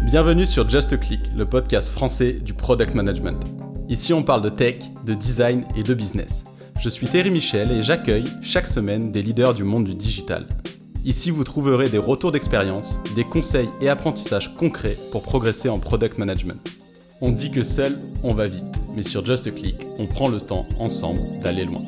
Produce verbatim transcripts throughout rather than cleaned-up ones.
Bienvenue sur Just a Click, le podcast français du product management. Ici, on parle de tech, de design et de business. Je suis Thierry Michel et j'accueille chaque semaine des leaders du monde du digital. Ici, vous trouverez des retours d'expérience, des conseils et apprentissages concrets pour progresser en product management. On dit que seul, on va vite, mais sur Just a Click, on prend le temps ensemble d'aller loin.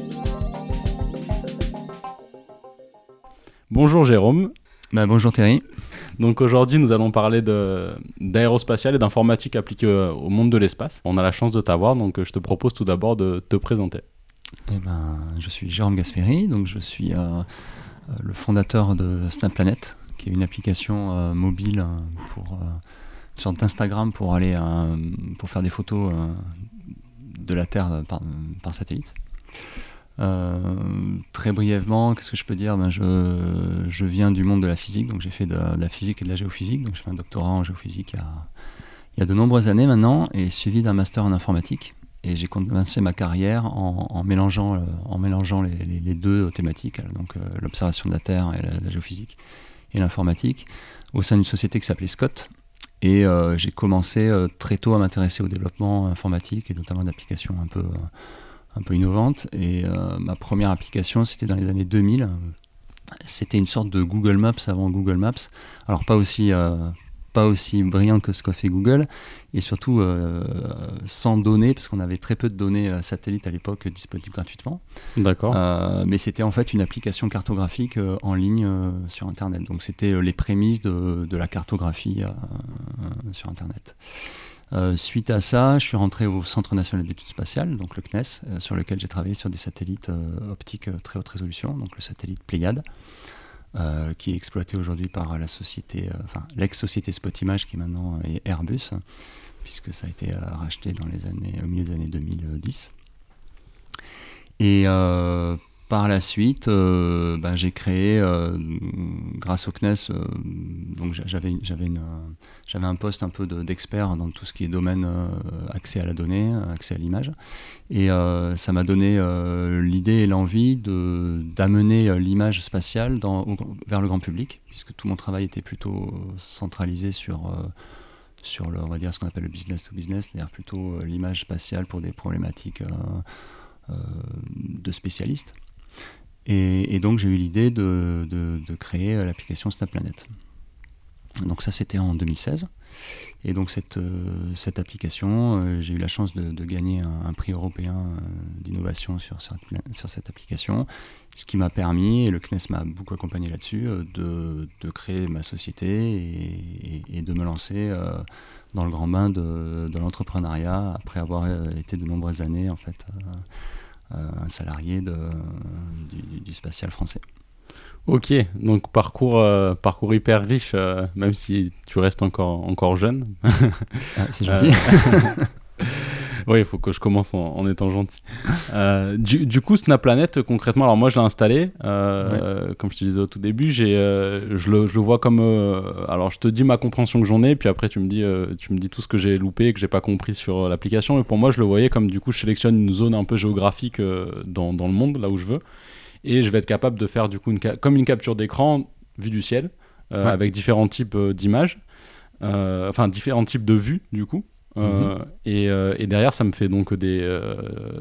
Bonjour Jérôme. Bah, bonjour Thierry. Donc aujourd'hui, nous allons parler de, d'aérospatiale et d'informatique appliquée au monde de l'espace. On a la chance de t'avoir, donc je te propose tout d'abord de te présenter. Eh ben, je suis Jérôme Gasperi, donc je suis euh, le fondateur de SnapPlanet, qui est une application euh, mobile euh, pour euh, une sorte d'Instagram pour aller euh, pour faire des photos euh, de la Terre par, par satellite. Euh, très brièvement, qu'est-ce que je peux dire? Ben je, je viens du monde de la physique, donc j'ai fait de, de la physique et de la géophysique, donc j'ai fait un doctorat en géophysique il y a, il y a de nombreuses années maintenant, et suivi d'un master en informatique. Et j'ai commencé ma carrière en, en mélangeant, euh, en mélangeant les, les, les deux thématiques, donc euh, l'observation de la Terre et la, la géophysique et l'informatique, au sein d'une société qui s'appelait Scott. Et euh, j'ai commencé euh, très tôt à m'intéresser au développement informatique et notamment d'applications un peu euh, un peu innovante, et euh, ma première application c'était dans les années deux mille. C'était une sorte de Google Maps avant Google Maps, alors pas aussi euh, pas aussi brillant que ce qu'a fait Google, et surtout euh, sans données, parce qu'on avait très peu de données euh, satellites à l'époque disponibles gratuitement. D'accord. Euh, mais c'était en fait une application cartographique euh, en ligne euh, sur Internet, donc c'était euh, les prémices de, de la cartographie euh, euh, sur Internet. Euh, suite à ça, je suis rentré au Centre national d'études spatiales, donc le C N E S, euh, sur lequel j'ai travaillé sur des satellites euh, optiques euh, très haute résolution, donc le satellite Pléiade, euh, qui est exploité aujourd'hui par la société, euh, enfin l'ex-société Spotimage, qui maintenant est Airbus, puisque ça a été euh, racheté dans les années, au milieu des années deux mille dix. Et euh, par la suite, euh, ben, j'ai créé, euh, grâce au C N E S, euh, donc j'avais, j'avais, une, j'avais un poste un peu de, d'expert dans tout ce qui est domaine euh, accès à la donnée, accès à l'image. Et euh, ça m'a donné euh, l'idée et l'envie de, d'amener l'image spatiale dans, au, vers le grand public, puisque tout mon travail était plutôt centralisé sur, euh, sur le, on va dire ce qu'on appelle le business to business, c'est-à-dire plutôt euh, l'image spatiale pour des problématiques euh, euh, de spécialistes. Et, et donc j'ai eu l'idée de, de, de créer l'application SnapPlanet. Donc ça c'était en deux mille seize. Et donc cette, euh, cette application, euh, j'ai eu la chance de, de gagner un, un prix européen euh, d'innovation sur, sur, sur cette application, ce qui m'a permis, et le C N E S m'a beaucoup accompagné là-dessus, euh, de, de créer ma société et, et, et de me lancer euh, dans le grand bain de, de l'entrepreneuriat après avoir euh, été de nombreuses années en fait euh, un salarié de, du, du spatial français. Ok, donc parcours, euh, parcours hyper riche, euh, même si tu restes encore, encore jeune. Ah, c'est gentil. Euh, oui, il faut que je commence en, en étant gentil. Euh, du, du coup, SnapPlanet, concrètement, alors moi je l'ai installé, euh, ouais. Comme je te disais au tout début, j'ai, euh, je, le, je le vois comme... Euh, alors je te dis ma compréhension que j'en ai, puis après tu me dis, euh, tu me dis tout ce que j'ai loupé et que j'ai pas compris sur l'application. Et pour moi, je le voyais comme du coup, je sélectionne une zone un peu géographique euh, dans, dans le monde, là où je veux. Et je vais être capable de faire du coup une ca- comme une capture d'écran vue du ciel, euh, ouais. Avec différents types euh, d'images, euh, enfin différents types de vues du coup. Euh, mm-hmm. et, euh, et derrière, ça me fait donc des, euh,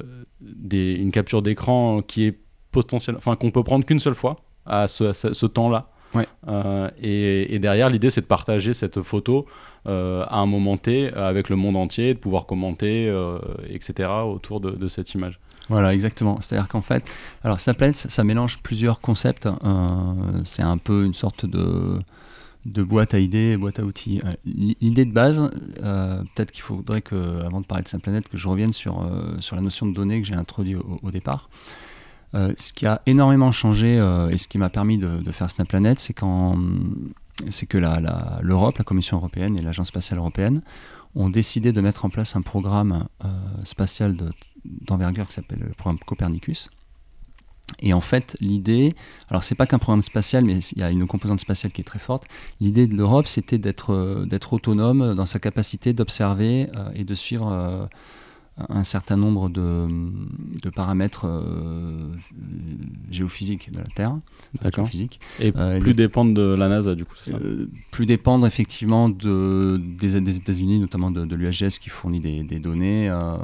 des, une capture d'écran qui est potentielle, enfin qu'on peut prendre qu'une seule fois à ce, à ce, ce temps-là. Ouais. Euh, et, et derrière, l'idée, c'est de partager cette photo euh, à un moment T avec le monde entier, de pouvoir commenter, euh, et cetera autour de, de cette image. Voilà, exactement. C'est-à-dire qu'en fait, alors SnapPlanet, ça, ça mélange plusieurs concepts. Euh, c'est un peu une sorte de, de boîte à idées, boîte à outils. Euh, l'idée de base, euh, peut-être qu'il faudrait que, avant de parler de SnapPlanet, que je revienne sur, euh, sur la notion de données que j'ai introduite au, au départ. Euh, ce qui a énormément changé euh, et ce qui m'a permis de, de faire SnapPlanet, c'est, quand, c'est que la, la, l'Europe, la Commission européenne et l'Agence spatiale européenne ont décidé de mettre en place un programme euh, spatial de, d'envergure qui s'appelle le programme Copernicus. Et en fait, l'idée, alors c'est pas qu'un programme spatial, mais il y a une composante spatiale qui est très forte. L'idée de l'Europe, c'était d'être, euh, d'être autonome dans sa capacité d'observer euh, et de suivre euh, un certain nombre de, de paramètres euh, géophysique de la Terre. D'accord. Géophysique. Et Euh, plus dépendre de la NASA, du coup, c'est ça euh, Plus dépendre effectivement de, des, des États-Unis, notamment de, de l'U S G S qui fournit des, des données euh, euh,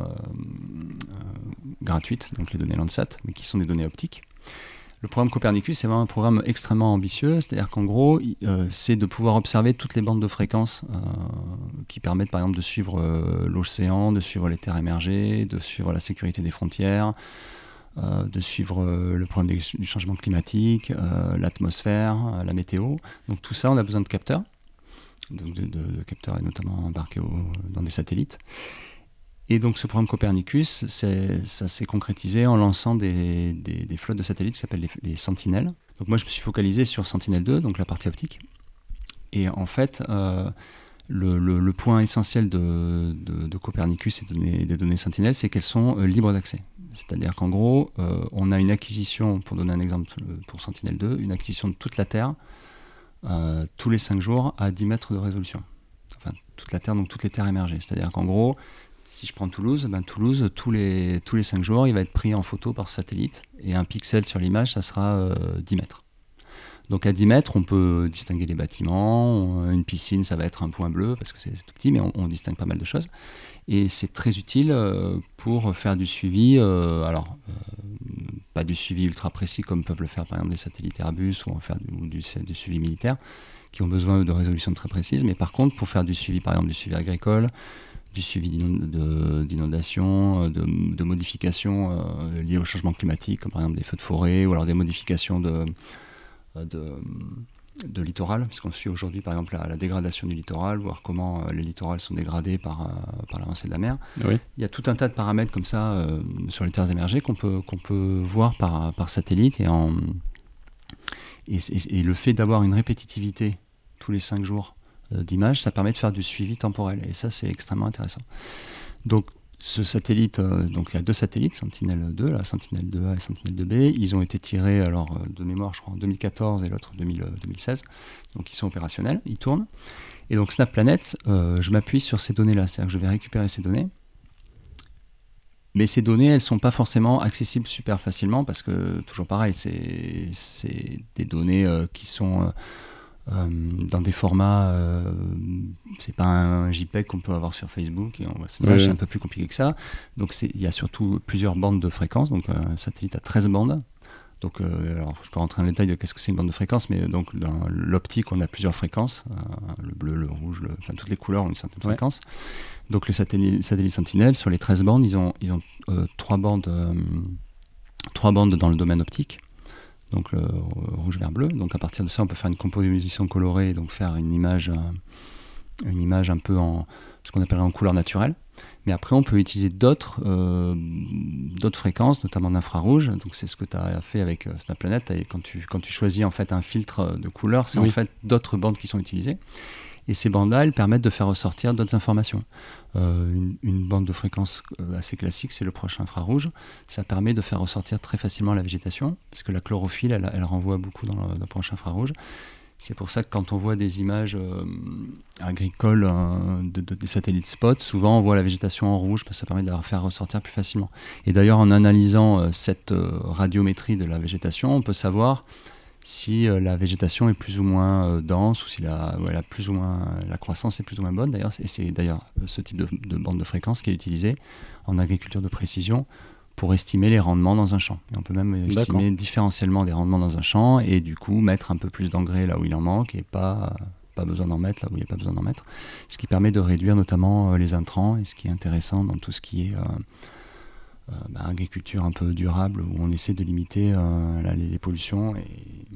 gratuites, donc les données Landsat, mais qui sont des données optiques. Le programme Copernicus, c'est vraiment un programme extrêmement ambitieux, c'est-à-dire qu'en gros, euh, c'est de pouvoir observer toutes les bandes de fréquences euh, qui permettent par exemple de suivre euh, l'océan, de suivre les terres émergées, de suivre la sécurité des frontières, euh, de suivre euh, le problème du changement climatique, euh, l'atmosphère, euh, la météo. Donc tout ça, on a besoin de capteurs, donc de, de, de capteurs et notamment embarqués au, dans des satellites. Et donc ce programme Copernicus, c'est, ça s'est concrétisé en lançant des, des, des flottes de satellites qui s'appellent les, les Sentinelles. Donc moi je me suis focalisé sur Sentinelle deux, donc la partie optique. Et en fait, euh, le, le, le point essentiel de, de, de Copernicus et des données, des données Sentinelle, c'est qu'elles sont euh, libres d'accès. C'est-à-dire qu'en gros, euh, on a une acquisition, pour donner un exemple pour Sentinelle deux, une acquisition de toute la Terre euh, tous les cinq jours à dix mètres de résolution. Enfin, toute la Terre, donc toutes les terres émergées. C'est-à-dire qu'en gros, si je prends Toulouse, ben Toulouse, tous les, tous les cinq jours, il va être pris en photo par satellite. Et un pixel sur l'image, ça sera euh, dix mètres. Donc à dix mètres, on peut distinguer les bâtiments. Une piscine, ça va être un point bleu, parce que c'est, c'est tout petit, mais on, on distingue pas mal de choses. Et c'est très utile euh, pour faire du suivi. Euh, alors, euh, pas du suivi ultra précis, comme peuvent le faire par exemple des satellites Airbus, ou en faire du, ou du, du suivi militaire, qui ont besoin de résolution très précise. Mais par contre, pour faire du suivi, par exemple du suivi agricole, du suivi d'inondations, de, de modifications euh, liées au changement climatique, comme par exemple des feux de forêt, ou alors des modifications de, de, de littoral, puisqu'on suit aujourd'hui par exemple la, la dégradation du littoral, voir comment euh, les littorales sont dégradés par, euh, par l'avancée de la mer. Oui. Il y a tout un tas de paramètres comme ça euh, sur les terres émergées qu'on peut, qu'on peut voir par, par satellite, et, en, et, et, et le fait d'avoir une répétitivité tous les cinq jours d'images, ça permet de faire du suivi temporel, et ça c'est extrêmement intéressant. Donc ce satellite, euh, donc il y a deux satellites, Sentinelle deux, la Sentinelle deux A et Sentinelle deux B, ils ont été tirés alors euh, de mémoire je crois en deux mille quatorze et l'autre deux mille, euh, deux mille seize, donc ils sont opérationnels, ils tournent. Et donc SnapPlanet, euh, je m'appuie sur ces données-là, c'est-à-dire que je vais récupérer ces données. Mais ces données, elles ne sont pas forcément accessibles super facilement, parce que, toujours pareil, c'est, c'est des données euh, qui sont euh, euh, dans des formats, euh, c'est pas un JPEG qu'on peut avoir sur Facebook, et on voit, c'est, oui, c'est un peu plus compliqué que ça. Donc il y a surtout plusieurs bandes de fréquences, donc un satellite a treize bandes. Donc, euh, alors, je peux rentrer en détail de qu'est-ce que c'est une bande de fréquence, mais donc dans l'optique, on a plusieurs fréquences, euh, le bleu, le rouge, le, enfin toutes les couleurs ont une certaine ouais. fréquence. Donc les satellites, satellites Sentinelle, sur les treize bandes, ils ont, ils ont euh, trois bandes, euh, trois bandes dans le domaine optique, donc le rouge, vert, bleu. Donc à partir de ça, on peut faire une composition colorée, donc faire une image, euh, une image un peu en ce qu'on appellerait en couleur naturelle. Mais après, on peut utiliser d'autres, euh, d'autres fréquences, notamment d'infrarouge. Donc, c'est ce que tu as fait avec euh, SnapPlanet. Et quand tu, quand tu choisis en fait un filtre de couleur, c'est oui. en fait d'autres bandes qui sont utilisées. Et ces bandes-là, elles permettent de faire ressortir d'autres informations. Euh, une, une bande de fréquence assez classique, c'est le proche infrarouge. Ça permet de faire ressortir très facilement la végétation, parce que la chlorophylle, elle, elle renvoie beaucoup dans le, dans le proche infrarouge. C'est pour ça que quand on voit des images euh, agricoles euh, de, de, des satellites spot, souvent on voit la végétation en rouge, parce que ça permet de la faire ressortir plus facilement. Et d'ailleurs, en analysant euh, cette euh, radiométrie de la végétation, on peut savoir si euh, la végétation est plus ou moins euh, dense, ou si la, ouais, la, plus ou moins, la croissance est plus ou moins bonne. D'ailleurs, et c'est d'ailleurs ce type de, de bande de fréquence qui est utilisé en agriculture de précision pour estimer les rendements dans un champ. Et on peut même estimer D'accord. différentiellement des rendements dans un champ, et du coup mettre un peu plus d'engrais là où il en manque, et pas, pas besoin d'en mettre là où il n'y a pas besoin d'en mettre. Ce qui permet de réduire notamment euh, les intrants, et ce qui est intéressant dans tout ce qui est euh, euh, bah, agriculture un peu durable, où on essaie de limiter euh, la, les, les pollutions et,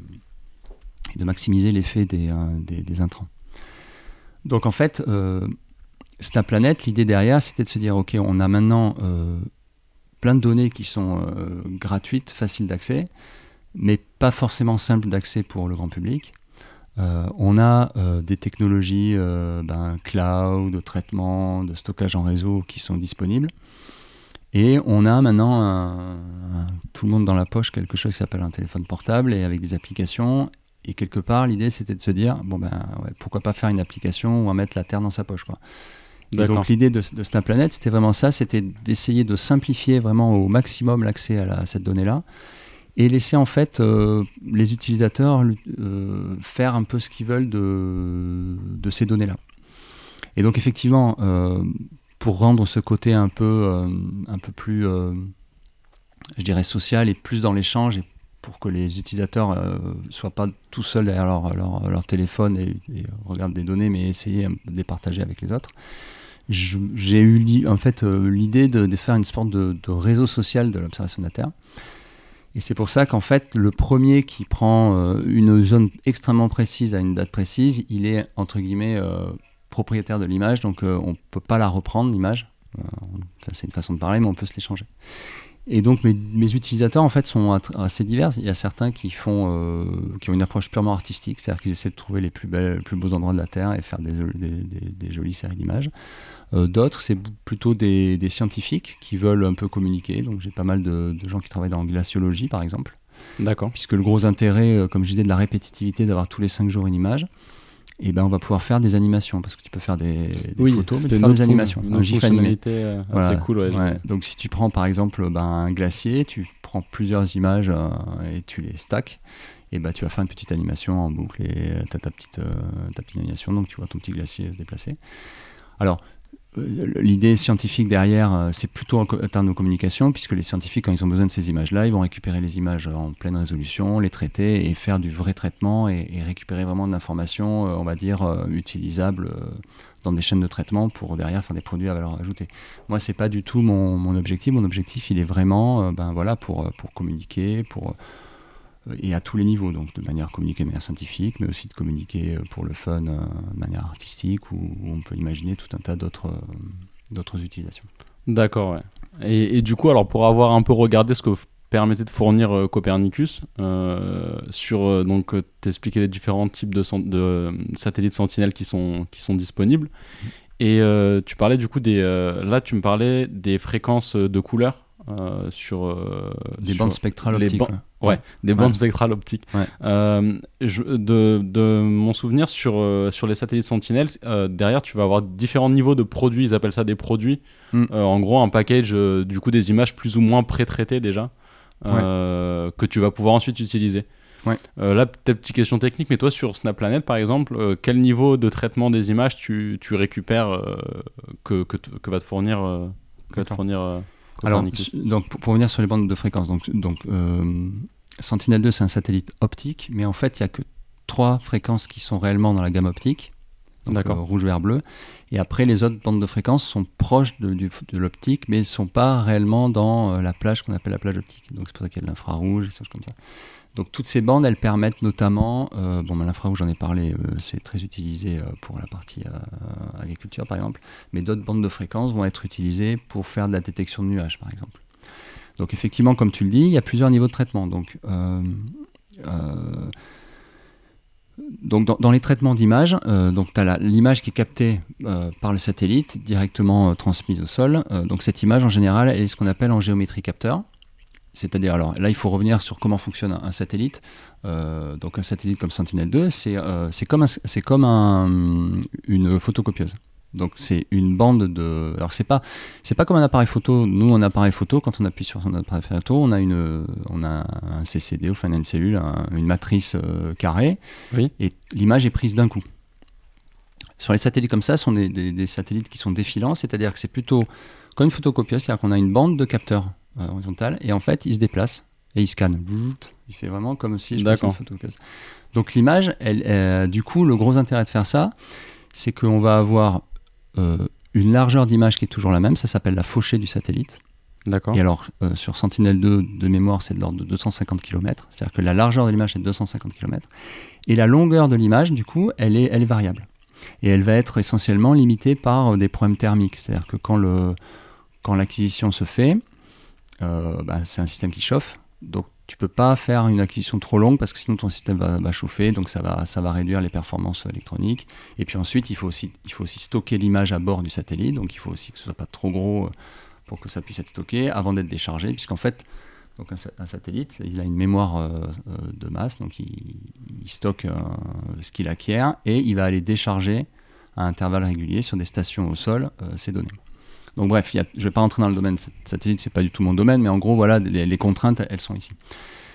et de maximiser l'effet des, euh, des, des intrants. Donc en fait, euh, SnapPlanet, l'idée derrière, c'était de se dire, ok, on a maintenant... Euh, plein de données qui sont euh, gratuites, faciles d'accès, mais pas forcément simples d'accès pour le grand public. Euh, on a euh, des technologies euh, ben, cloud, de traitement, de stockage en réseau qui sont disponibles. Et on a maintenant, un, un, tout le monde dans la poche, quelque chose qui s'appelle un téléphone portable, et avec des applications. Et quelque part, l'idée, c'était de se dire, bon ben, ouais, pourquoi pas faire une application ou en mettre la terre dans sa poche, quoi. Et donc l'idée de, de SnapPlanet, c'était vraiment ça, c'était d'essayer de simplifier vraiment au maximum l'accès à, la, à cette donnée-là, et laisser en fait euh, les utilisateurs euh, faire un peu ce qu'ils veulent de, de ces données-là. Et donc effectivement, euh, pour rendre ce côté un peu, euh, un peu plus, euh, je dirais, social et plus dans l'échange, et pour que les utilisateurs ne euh, soient pas tout seuls derrière leur, leur, leur téléphone et, et regardent des données, mais essayer de les partager avec les autres, je, j'ai eu en fait euh, l'idée de, de faire une sorte de, de réseau social de l'observation de la Terre. Et c'est pour ça qu'en fait, le premier qui prend euh, une zone extrêmement précise à une date précise, il est, entre guillemets, euh, propriétaire de l'image, donc euh, on ne peut pas la reprendre, l'image. Euh, c'est une façon de parler, mais on peut se l'échanger. Et donc mes, mes utilisateurs en fait sont assez divers. Il y a certains qui font, euh, qui ont une approche purement artistique, c'est-à-dire qu'ils essaient de trouver les plus belles, les plus beaux endroits de la Terre et faire des, des, des, des jolies séries d'images. Euh, d'autres, c'est plutôt des, des scientifiques qui veulent un peu communiquer. Donc j'ai pas mal de, de gens qui travaillent dans la glaciologie, par exemple. D'accord. Puisque le gros intérêt, euh, comme je disais, de la répétitivité, d'avoir tous les cinq jours une image. Et ben on va pouvoir faire des animations, parce que tu peux faire des, des oui, photos, mais tu peux faire des animations, un GIF animé. Euh, voilà. C'est cool, ouais, ouais. Donc si tu prends par exemple ben, un glacier, tu prends plusieurs images euh, et tu les stacks, et ben tu vas faire une petite animation en boucle et tu as ta petite, euh, ta petite animation, donc tu vois ton petit glacier se déplacer. Alors, l'idée scientifique derrière, c'est plutôt en termes de communication, puisque les scientifiques, quand ils ont besoin de ces images-là, ils vont récupérer les images en pleine résolution, les traiter et faire du vrai traitement et, et récupérer vraiment de l'information, on va dire, utilisable dans des chaînes de traitement pour derrière faire des produits à valeur ajoutée. Moi, c'est pas du tout mon, mon objectif. Mon objectif, il est vraiment ben, voilà, pour, pour communiquer, pour... et à tous les niveaux, donc de manière communiquer de manière scientifique, mais aussi de communiquer pour le fun euh, de manière artistique, où, où on peut imaginer tout un tas d'autres, euh, d'autres utilisations. D'accord, ouais. Et, et du coup, alors pour avoir un peu regardé ce que permettait de fournir euh, Copernicus, euh, sur, euh, donc euh, t'expliquais les différents types de, de euh, satellites Sentinelle qui sont, qui sont disponibles, mmh. et euh, tu parlais du coup des... Euh, là, tu me parlais des fréquences de couleurs, Euh, sur euh, des sur bandes spectrales optiques. Ban- ouais. ouais, des bandes ouais. spectrales optiques. Ouais. Euh, je, de, de mon souvenir, sur, euh, sur les satellites Sentinelle, euh, derrière, tu vas avoir différents niveaux de produits. Ils appellent ça des produits. Mm. Euh, en gros, un package, euh, du coup, des images plus ou moins pré-traitées déjà, euh, ouais. que tu vas pouvoir ensuite utiliser. Ouais. Euh, là, peut-être petite question technique, mais toi, sur SnapPlanet, par exemple, euh, quel niveau de traitement des images tu, tu récupères euh, que, que, que va te fournir, euh, que va te fournir euh, Alors, donc, pour, pour revenir sur les bandes de fréquences, donc, donc euh, Sentinelle deux, c'est un satellite optique, mais en fait, il n'y a que trois fréquences qui sont réellement dans la gamme optique, donc euh, rouge, vert, bleu, et après, les autres bandes de fréquences sont proches de, du, de l'optique, mais ne sont pas réellement dans euh, la plage qu'on appelle la plage optique. Donc, c'est pour ça qu'il y a de l'infrarouge, et des choses comme ça. Donc toutes ces bandes, elles permettent notamment, euh, bon, ben, l'infrarouge, j'en ai parlé, euh, c'est très utilisé euh, pour la partie euh, agriculture par exemple, mais d'autres bandes de fréquences vont être utilisées pour faire de la détection de nuages par exemple. Donc effectivement, comme tu le dis, il y a plusieurs niveaux de traitement. Donc, euh, euh, donc dans, dans les traitements d'images, euh, donc tu as l'image qui est captée euh, par le satellite, directement euh, transmise au sol. Euh, donc cette image en général, elle est ce qu'on appelle en géométrie capteur. C'est-à-dire, alors là, il faut revenir sur comment fonctionne un, un satellite. Euh, donc, un satellite comme Sentinelle deux, c'est, euh, c'est comme, un, c'est comme un, une photocopieuse. Donc, c'est une bande de... Alors, c'est pas, c'est pas comme un appareil photo. Nous, un appareil photo, quand on appuie sur son appareil photo, on a, une, on a un C C D, enfin une cellule, un, une matrice euh, carrée, oui. Et l'image est prise d'un coup. Sur les satellites comme ça, ce sont des, des, des satellites qui sont défilants, c'est-à-dire que c'est plutôt comme une photocopieuse, c'est-à-dire qu'on a une bande de capteurs Euh, horizontale, et en fait il se déplace et il scanne, il fait vraiment comme si je passais une photocopieuse. Donc l'image, elle, euh, du coup le gros intérêt de faire ça, c'est qu'on va avoir euh, une largeur d'image qui est toujours la même, ça s'appelle la fauchée du satellite. D'accord. Et alors euh, sur Sentinelle deux de mémoire, c'est de l'ordre de deux cent cinquante kilomètres, c'est-à-dire que la largeur de l'image est de deux cent cinquante kilomètres, et la longueur de l'image du coup elle est, elle est variable, et elle va être essentiellement limitée par des problèmes thermiques, c'est-à-dire que quand, le, quand l'acquisition se fait, Euh, bah, c'est un système qui chauffe, donc tu peux pas faire une acquisition trop longue parce que sinon ton système va, va chauffer, donc ça va, ça va réduire les performances électroniques. Et puis ensuite il faut aussi, il faut aussi stocker l'image à bord du satellite, donc il faut aussi que ce soit pas trop gros pour que ça puisse être stocké avant d'être déchargé, puisqu'en fait donc un, un satellite, il a une mémoire euh, de masse, donc il, il stocke euh, ce qu'il acquiert et il va aller décharger à intervalles réguliers sur des stations au sol euh, ces données. Donc bref, y a, je ne vais pas rentrer dans le domaine satellite, ce n'est pas du tout mon domaine, mais en gros, voilà, les, les contraintes, elles sont ici.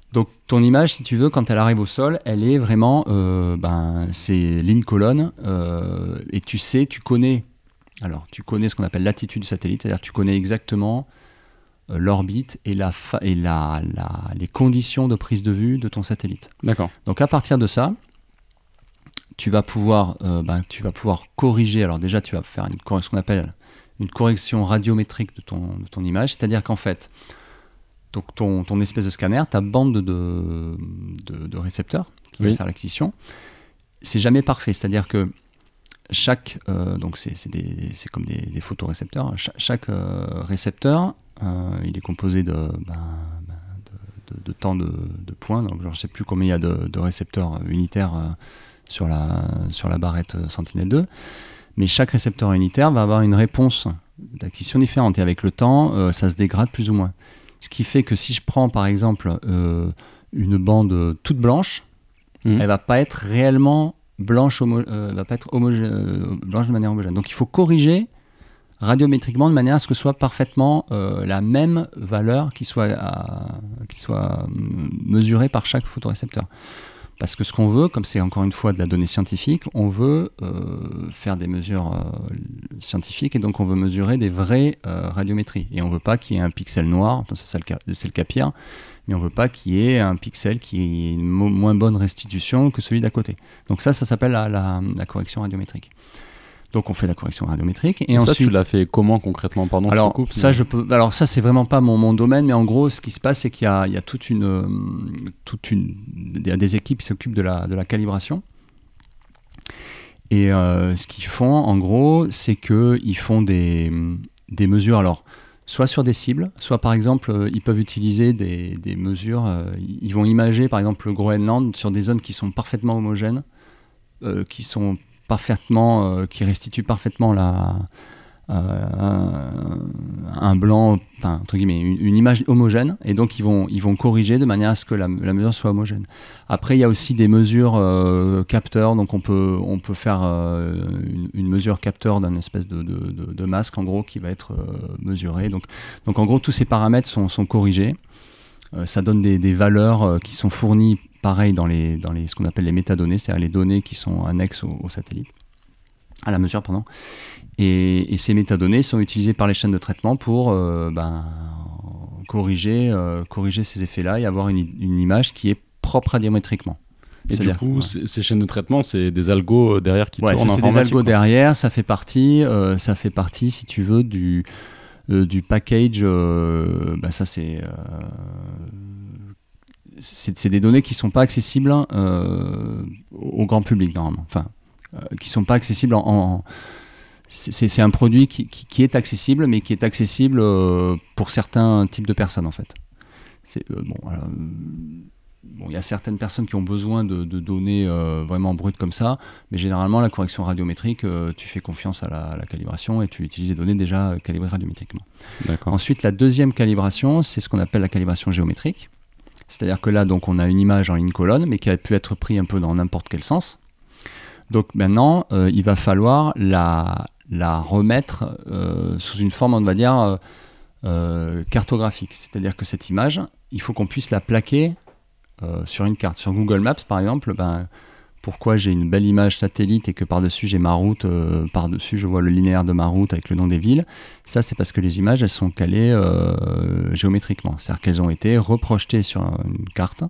Donc ton image, si tu veux, quand elle arrive au sol, elle est vraiment, euh, ben, c'est ligne colonne, euh, et tu sais, tu connais, alors tu connais ce qu'on appelle l'attitude du satellite, c'est-à-dire tu connais exactement euh, l'orbite et, la fa- et la, la, les conditions de prise de vue de ton satellite. D'accord. Donc à partir de ça, tu vas pouvoir, euh, ben, tu vas pouvoir corriger. Alors déjà, tu vas faire une, ce qu'on appelle une correction radiométrique de ton, de ton image, c'est-à-dire qu'en fait, donc ton, ton espèce de scanner, ta bande de, de, de récepteurs qui oui. va faire l'acquisition, c'est jamais parfait. C'est-à-dire que chaque, euh, donc c'est, c'est, des, c'est comme des, des photorécepteurs, chaque, chaque euh, récepteur, euh, il est composé de, ben, de, de, de tant de, de points. Donc, je ne sais plus combien il y a de, de récepteurs unitaires euh, sur, la, sur la barrette Sentinel deux, mais chaque récepteur unitaire va avoir une réponse d'acquisition différente. Et avec le temps, euh, ça se dégrade plus ou moins. Ce qui fait que si je prends par exemple euh, une bande toute blanche, mmh. elle ne va pas être réellement blanche, homo- euh, va pas être homogène, euh, blanche de manière homogène. Donc il faut corriger radiométriquement de manière à ce que ce soit parfaitement euh, la même valeur qui soit, à, qui soit mesurée par chaque photorécepteur. Parce que ce qu'on veut, comme c'est encore une fois de la donnée scientifique, on veut euh, faire des mesures euh, scientifiques et donc on veut mesurer des vraies euh, radiométries. Et on ne veut pas qu'il y ait un pixel noir, ça c'est le cas, c'est le cas pire, mais on ne veut pas qu'il y ait un pixel qui ait une mo- moins bonne restitution que celui d'à côté. Donc ça, ça s'appelle la, la, la correction radiométrique. Donc on fait la correction radiométrique. Et, et ça, ensuite, tu l'as fait comment concrètement? Pardon, alors, je te coupe, ça, mais... je peux, alors ça, c'est vraiment pas mon, mon domaine, mais en gros, ce qui se passe, c'est qu'il y a, il y a toute une, euh, toute une, il y a des équipes qui s'occupent de la, de la calibration. Et euh, ce qu'ils font, en gros, c'est qu'ils font des, des mesures, alors, soit sur des cibles, soit par exemple, euh, ils peuvent utiliser des, des mesures, euh, ils vont imager, par exemple, le Groenland sur des zones qui sont parfaitement homogènes, euh, qui sont parfaitement, euh, qui restituent parfaitement la, euh, un, un blanc, enfin, entre guillemets, une, une image homogène, et donc ils vont, ils vont corriger de manière à ce que la, la mesure soit homogène. Après, il y a aussi des mesures euh, capteurs, donc on peut, on peut faire euh, une, une mesure capteur d'un espèce de, de, de, de masque, en gros, qui va être euh, mesuré. Donc, donc en gros, tous ces paramètres sont, sont corrigés. Euh, ça donne des, des valeurs euh, qui sont fournies pareil dans, les, dans les, ce qu'on appelle les métadonnées, c'est-à-dire les données qui sont annexes au, au satellite, à la mesure, pardon. Et, et ces métadonnées sont utilisées par les chaînes de traitement pour euh, ben, corriger, euh, corriger ces effets-là et avoir une, une image qui est propre radiométriquement. Et C'est-à-dire, du coup, ouais. ces chaînes de traitement, c'est des algos derrière qui ouais, tournent en informatique. C'est des algos derrière, ça fait partie, euh, ça fait partie, si tu veux, du, euh, du package. Euh, bah ça, c'est... Euh, C'est, c'est des données qui ne sont pas accessibles euh, au grand public normalement, enfin, euh, qui ne sont pas accessibles en... en c'est, c'est un produit qui, qui, qui est accessible, mais qui est accessible euh, pour certains types de personnes en fait. C'est, euh, bon, alors, bon, il y a certaines personnes qui ont besoin de, de données euh, vraiment brutes comme ça, mais généralement la correction radiométrique, euh, tu fais confiance à la, à la calibration et tu utilises des données déjà calibrées radiométriquement. D'accord. Ensuite, la deuxième calibration, c'est ce qu'on appelle la calibration géométrique. C'est-à-dire que là, donc, on a une image en ligne colonne, mais qui a pu être prise un peu dans n'importe quel sens. Donc maintenant, euh, il va falloir la, la remettre euh, sous une forme, on va dire, euh, euh, cartographique. C'est-à-dire que cette image, il faut qu'on puisse la plaquer euh, sur une carte. Sur Google Maps, par exemple, ben, pourquoi j'ai une belle image satellite et que par-dessus j'ai ma route, euh, par-dessus je vois le linéaire de ma route avec le nom des villes, ça c'est parce que les images elles sont calées euh, géométriquement, c'est-à-dire qu'elles ont été reprojetées sur une carte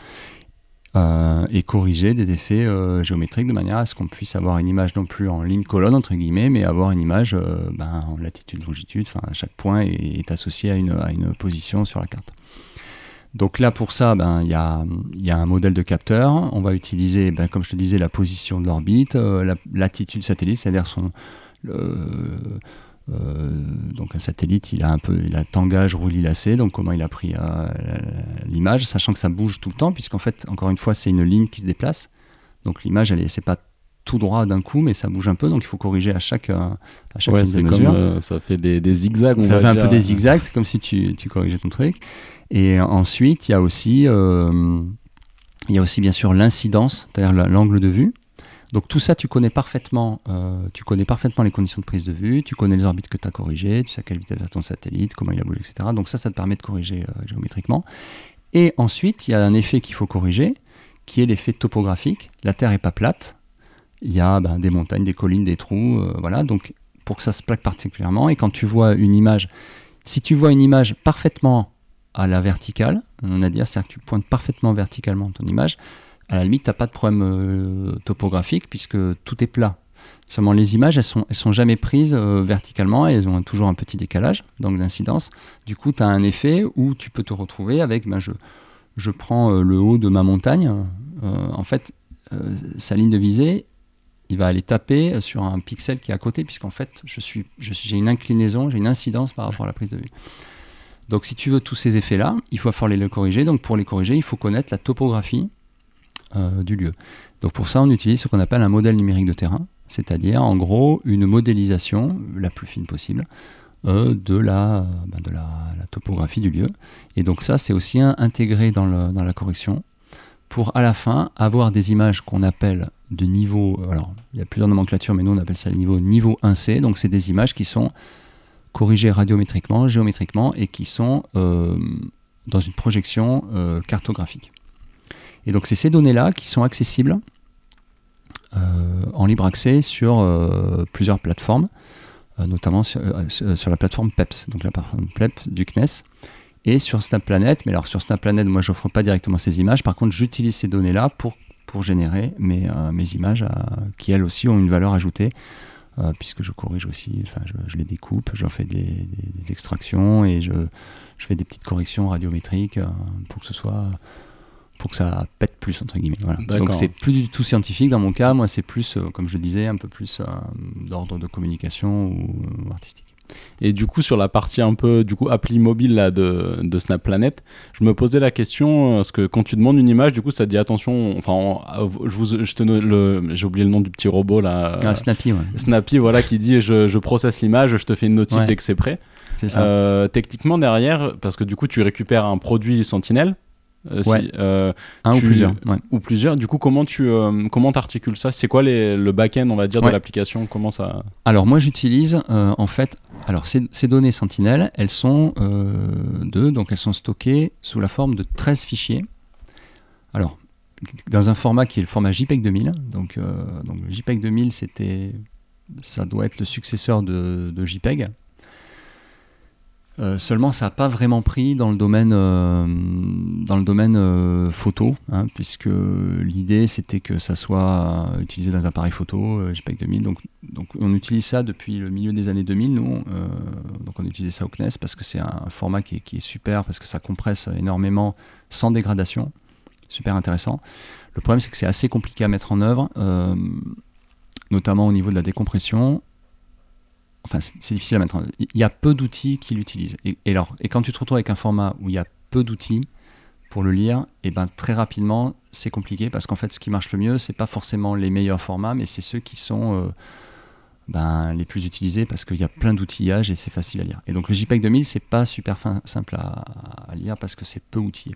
euh, et corrigées des effets euh, géométriques de manière à ce qu'on puisse avoir une image non plus en ligne colonne entre guillemets, mais avoir une image euh, ben, en latitude, longitude, enfin chaque point est, est associé à une, à une position sur la carte. Donc là, pour ça, ben, y a, y a un modèle de capteur. On va utiliser, ben, comme je te disais, la position de l'orbite, euh, la, l'attitude satellite, c'est-à-dire son... Le, euh, donc un satellite, il a un peu il a tangage, roulis lacé, donc comment il a pris euh, l'image, sachant que ça bouge tout le temps, puisqu'en fait, encore une fois, c'est une ligne qui se déplace. Donc l'image, elle est, c'est pas tout droit d'un coup, mais ça bouge un peu, donc il faut corriger à chaque, à chaque ouais, ligne c'est de comme, mesure. Euh, ça fait des, des zigzags. On ça va fait un dire. peu des zigzags, c'est comme si tu, tu corrigeais ton truc. Et ensuite, il y a aussi, euh, il y a aussi bien sûr l'incidence, c'est-à-dire l'angle de vue. Donc tout ça, tu connais parfaitement, euh, tu connais parfaitement les conditions de prise de vue, tu connais les orbites que tu as corrigées, tu sais à quelle vitesse va ton satellite, comment il a bougé, et cetera. Donc ça, ça te permet de corriger euh, géométriquement. Et ensuite, il y a un effet qu'il faut corriger, qui est l'effet topographique. La Terre n'est pas plate. Il y a ben, des montagnes, des collines, des trous. Euh, voilà. Donc, pour que ça se plaque particulièrement. Et quand tu vois une image, si tu vois une image parfaitement à la verticale, on a dit, c'est-à-dire que tu pointes parfaitement verticalement ton image, à la limite, tu n'as pas de problème euh, topographique puisque tout est plat. Seulement, les images, elles sont, elles sont jamais prises euh, verticalement et elles ont toujours un petit décalage, d'angle d'incidence. Du coup, tu as un effet où tu peux te retrouver avec, ben, je, je prends euh, le haut de ma montagne, euh, en fait, euh, sa ligne de visée, il va aller taper sur un pixel qui est à côté, puisqu'en fait, je suis, je suis, j'ai une inclinaison, j'ai une incidence par rapport à la prise de vue. Donc, si tu veux tous ces effets-là, il faut falloir les corriger. Donc, pour les corriger, il faut connaître la topographie euh, du lieu. Donc, pour ça, on utilise ce qu'on appelle un modèle numérique de terrain, c'est-à-dire, en gros, une modélisation la plus fine possible euh, de, la, euh, ben de la, la topographie du lieu. Et donc, ça, c'est aussi un, intégré dans, le, dans la correction pour, à la fin, avoir des images qu'on appelle de niveau... Alors, il y a plusieurs nomenclatures, mais nous, on appelle ça le niveau, niveau un C. Donc, c'est des images qui sont corrigées radiométriquement, géométriquement, et qui sont euh, dans une projection euh, cartographique. Et donc, c'est ces données-là qui sont accessibles euh, en libre accès sur euh, plusieurs plateformes, euh, notamment sur, euh, sur la plateforme P E P S, donc la plateforme P E P S du C N E S, et sur SnapPlanet. Mais alors, sur SnapPlanet, moi, je n'offre pas directement ces images. Par contre, j'utilise ces données-là pour, pour générer mes, euh, mes images euh, qui, elles aussi, ont une valeur ajoutée, euh, puisque je corrige aussi, enfin, je, je les découpe, j'en fais des, des, des extractions et je, je fais des petites corrections radiométriques euh, pour que ce soit... pour que ça pète plus, entre guillemets. Voilà. Donc c'est plus du tout scientifique dans mon cas, moi c'est plus, euh, comme je le disais, un peu plus euh, d'ordre de communication ou euh, artistique. Et du coup, sur la partie un peu, du coup, appli mobile là, de, de SnapPlanet, je me posais la question, parce que quand tu demandes une image, du coup, ça te dit attention, enfin, on, je vous, je te, le, j'ai oublié le nom du petit robot là. Ah, Snappy, ouais. Snappy, voilà, qui dit je, je processe l'image, je te fais une notif ouais. dès que c'est prêt. C'est ça. Euh, techniquement, derrière, parce que du coup, tu récupères un produit Sentinelle. Euh, ouais. si, euh, un tu, ou plusieurs. Ouais. Ou plusieurs. Du coup, comment tu euh, comment t'articules ça ? C'est quoi les, le back-end, on va dire, ouais. de l'application ? Comment ça ? Alors moi, j'utilise euh, en fait. Alors ces, ces données Sentinel, elles sont euh, deux, donc elles sont stockées sous la forme de treize fichiers. Alors dans un format qui est le format JPEG deux mille. Donc, euh, donc le JPEG deux mille, c'était, ça doit être le successeur de, de JPEG. Euh, seulement, ça n'a pas vraiment pris dans le domaine, euh, dans le domaine euh, photo, hein, puisque l'idée c'était que ça soit utilisé dans un appareil photo, euh, JPEG deux mille. Donc, donc, on utilise ça depuis le milieu des années deux mille, nous. Euh, donc, on utilise ça au C N E S parce que c'est un format qui est, qui est super, parce que ça compresse énormément sans dégradation. Super intéressant. Le problème, c'est que c'est assez compliqué à mettre en œuvre, euh, notamment au niveau de la décompression. Enfin, c'est, c'est difficile à mettre en œuvre. Il y a peu d'outils qui l'utilisent. Et, et, alors, et quand tu te retrouves avec un format où il y a peu d'outils pour le lire, et ben, très rapidement, c'est compliqué parce qu'en fait, ce qui marche le mieux, c'est pas forcément les meilleurs formats, mais c'est ceux qui sont euh, ben, les plus utilisés parce qu'il y a plein d'outillages et c'est facile à lire. Et donc, le JPEG deux mille, c'est pas super fin, simple à, à lire parce que c'est peu outillé.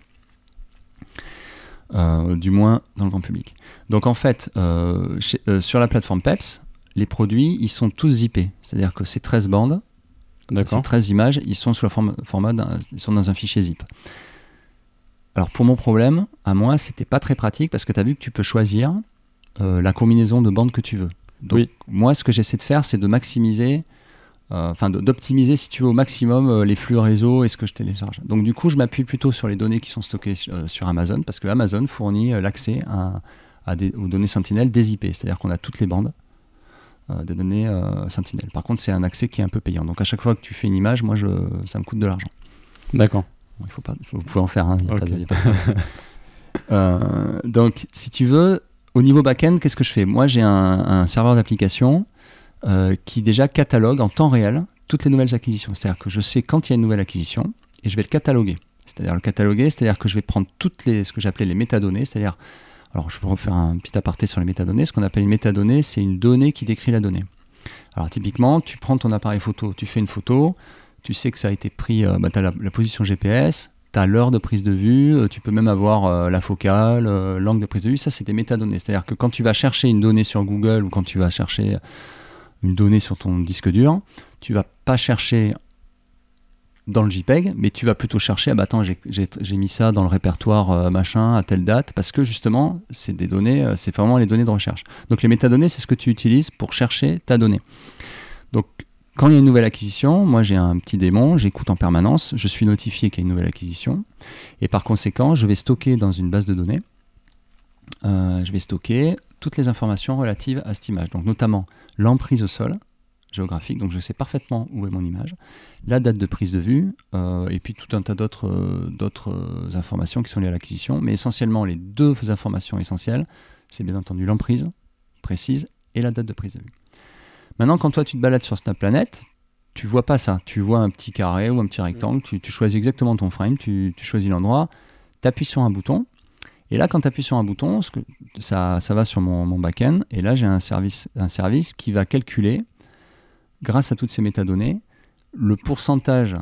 Euh, du moins dans le grand public. Donc, en fait, euh, chez, euh, sur la plateforme P E P S, les produits, ils sont tous zippés. C'est-à-dire que ces treize bandes, D'accord. ces treize images, ils sont sous la forme, format d'un, ils sont dans un fichier zip. Alors pour mon problème, à moi, c'était pas très pratique parce que tu as vu que tu peux choisir euh, la combinaison de bandes que tu veux. Donc oui. moi, ce que j'essaie de faire, c'est de maximiser, enfin euh, d'optimiser, si tu veux, au maximum euh, les flux réseau et ce que je télécharge. Donc du coup, je m'appuie plutôt sur les données qui sont stockées euh, sur Amazon parce que Amazon fournit euh, l'accès à, à des, aux données Sentinel dézippées. C'est-à-dire qu'on a toutes les bandes des données euh, Sentinel. Par contre, c'est un accès qui est un peu payant. Donc, à chaque fois que tu fais une image, moi, je, ça me coûte de l'argent. D'accord. Bon, il faut pas, faut, vous pouvez en faire. Hein, y a okay. pas de, y a pas de... euh, donc, si tu veux, au niveau back-end, qu'est-ce que je fais ? Moi, j'ai un, un serveur d'application euh, qui déjà catalogue en temps réel toutes les nouvelles acquisitions. C'est-à-dire que je sais quand il y a une nouvelle acquisition et je vais le cataloguer. C'est-à-dire le cataloguer, c'est-à-dire que je vais prendre toutes les, ce que j'appelais les métadonnées, c'est-à-dire alors, je peux refaire un petit aparté sur les métadonnées. Ce qu'on appelle une métadonnée, c'est une donnée qui décrit la donnée. Alors, typiquement, tu prends ton appareil photo, tu fais une photo, tu sais que ça a été pris, euh, bah, tu as la, la position G P S, tu as l'heure de prise de vue, euh, tu peux même avoir euh, la focale, euh, l'angle de prise de vue. Ça, c'est des métadonnées. C'est-à-dire que quand tu vas chercher une donnée sur Google ou quand tu vas chercher une donnée sur ton disque dur, tu ne vas pas chercher dans le JPEG, mais tu vas plutôt chercher, ah bah attends, j'ai, j'ai, j'ai mis ça dans le répertoire euh, machin à telle date, parce que justement, c'est des données, euh, c'est vraiment les données de recherche. Donc les métadonnées, c'est ce que tu utilises pour chercher ta donnée. Donc quand il y a une nouvelle acquisition, moi j'ai un petit démon, j'écoute en permanence, je suis notifié qu'il y a une nouvelle acquisition, et par conséquent, je vais stocker dans une base de données, euh, je vais stocker toutes les informations relatives à cette image, donc notamment l'emprise au sol, géographique, donc je sais parfaitement où est mon image, la date de prise de vue, euh, et puis tout un tas d'autres, euh, d'autres euh, informations qui sont liées à l'acquisition, mais essentiellement les deux informations essentielles, c'est bien entendu l'emprise précise et la date de prise de vue. Maintenant, quand toi tu te balades sur SnapPlanet, tu vois pas ça, tu vois un petit carré ou un petit rectangle, tu, tu choisis exactement ton frame, tu, tu choisis l'endroit, tu appuies sur un bouton, et là quand tu appuies sur un bouton, ce que, ça, ça va sur mon, mon back-end, et là j'ai un service, un service qui va calculer, grâce à toutes ces métadonnées, le pourcentage,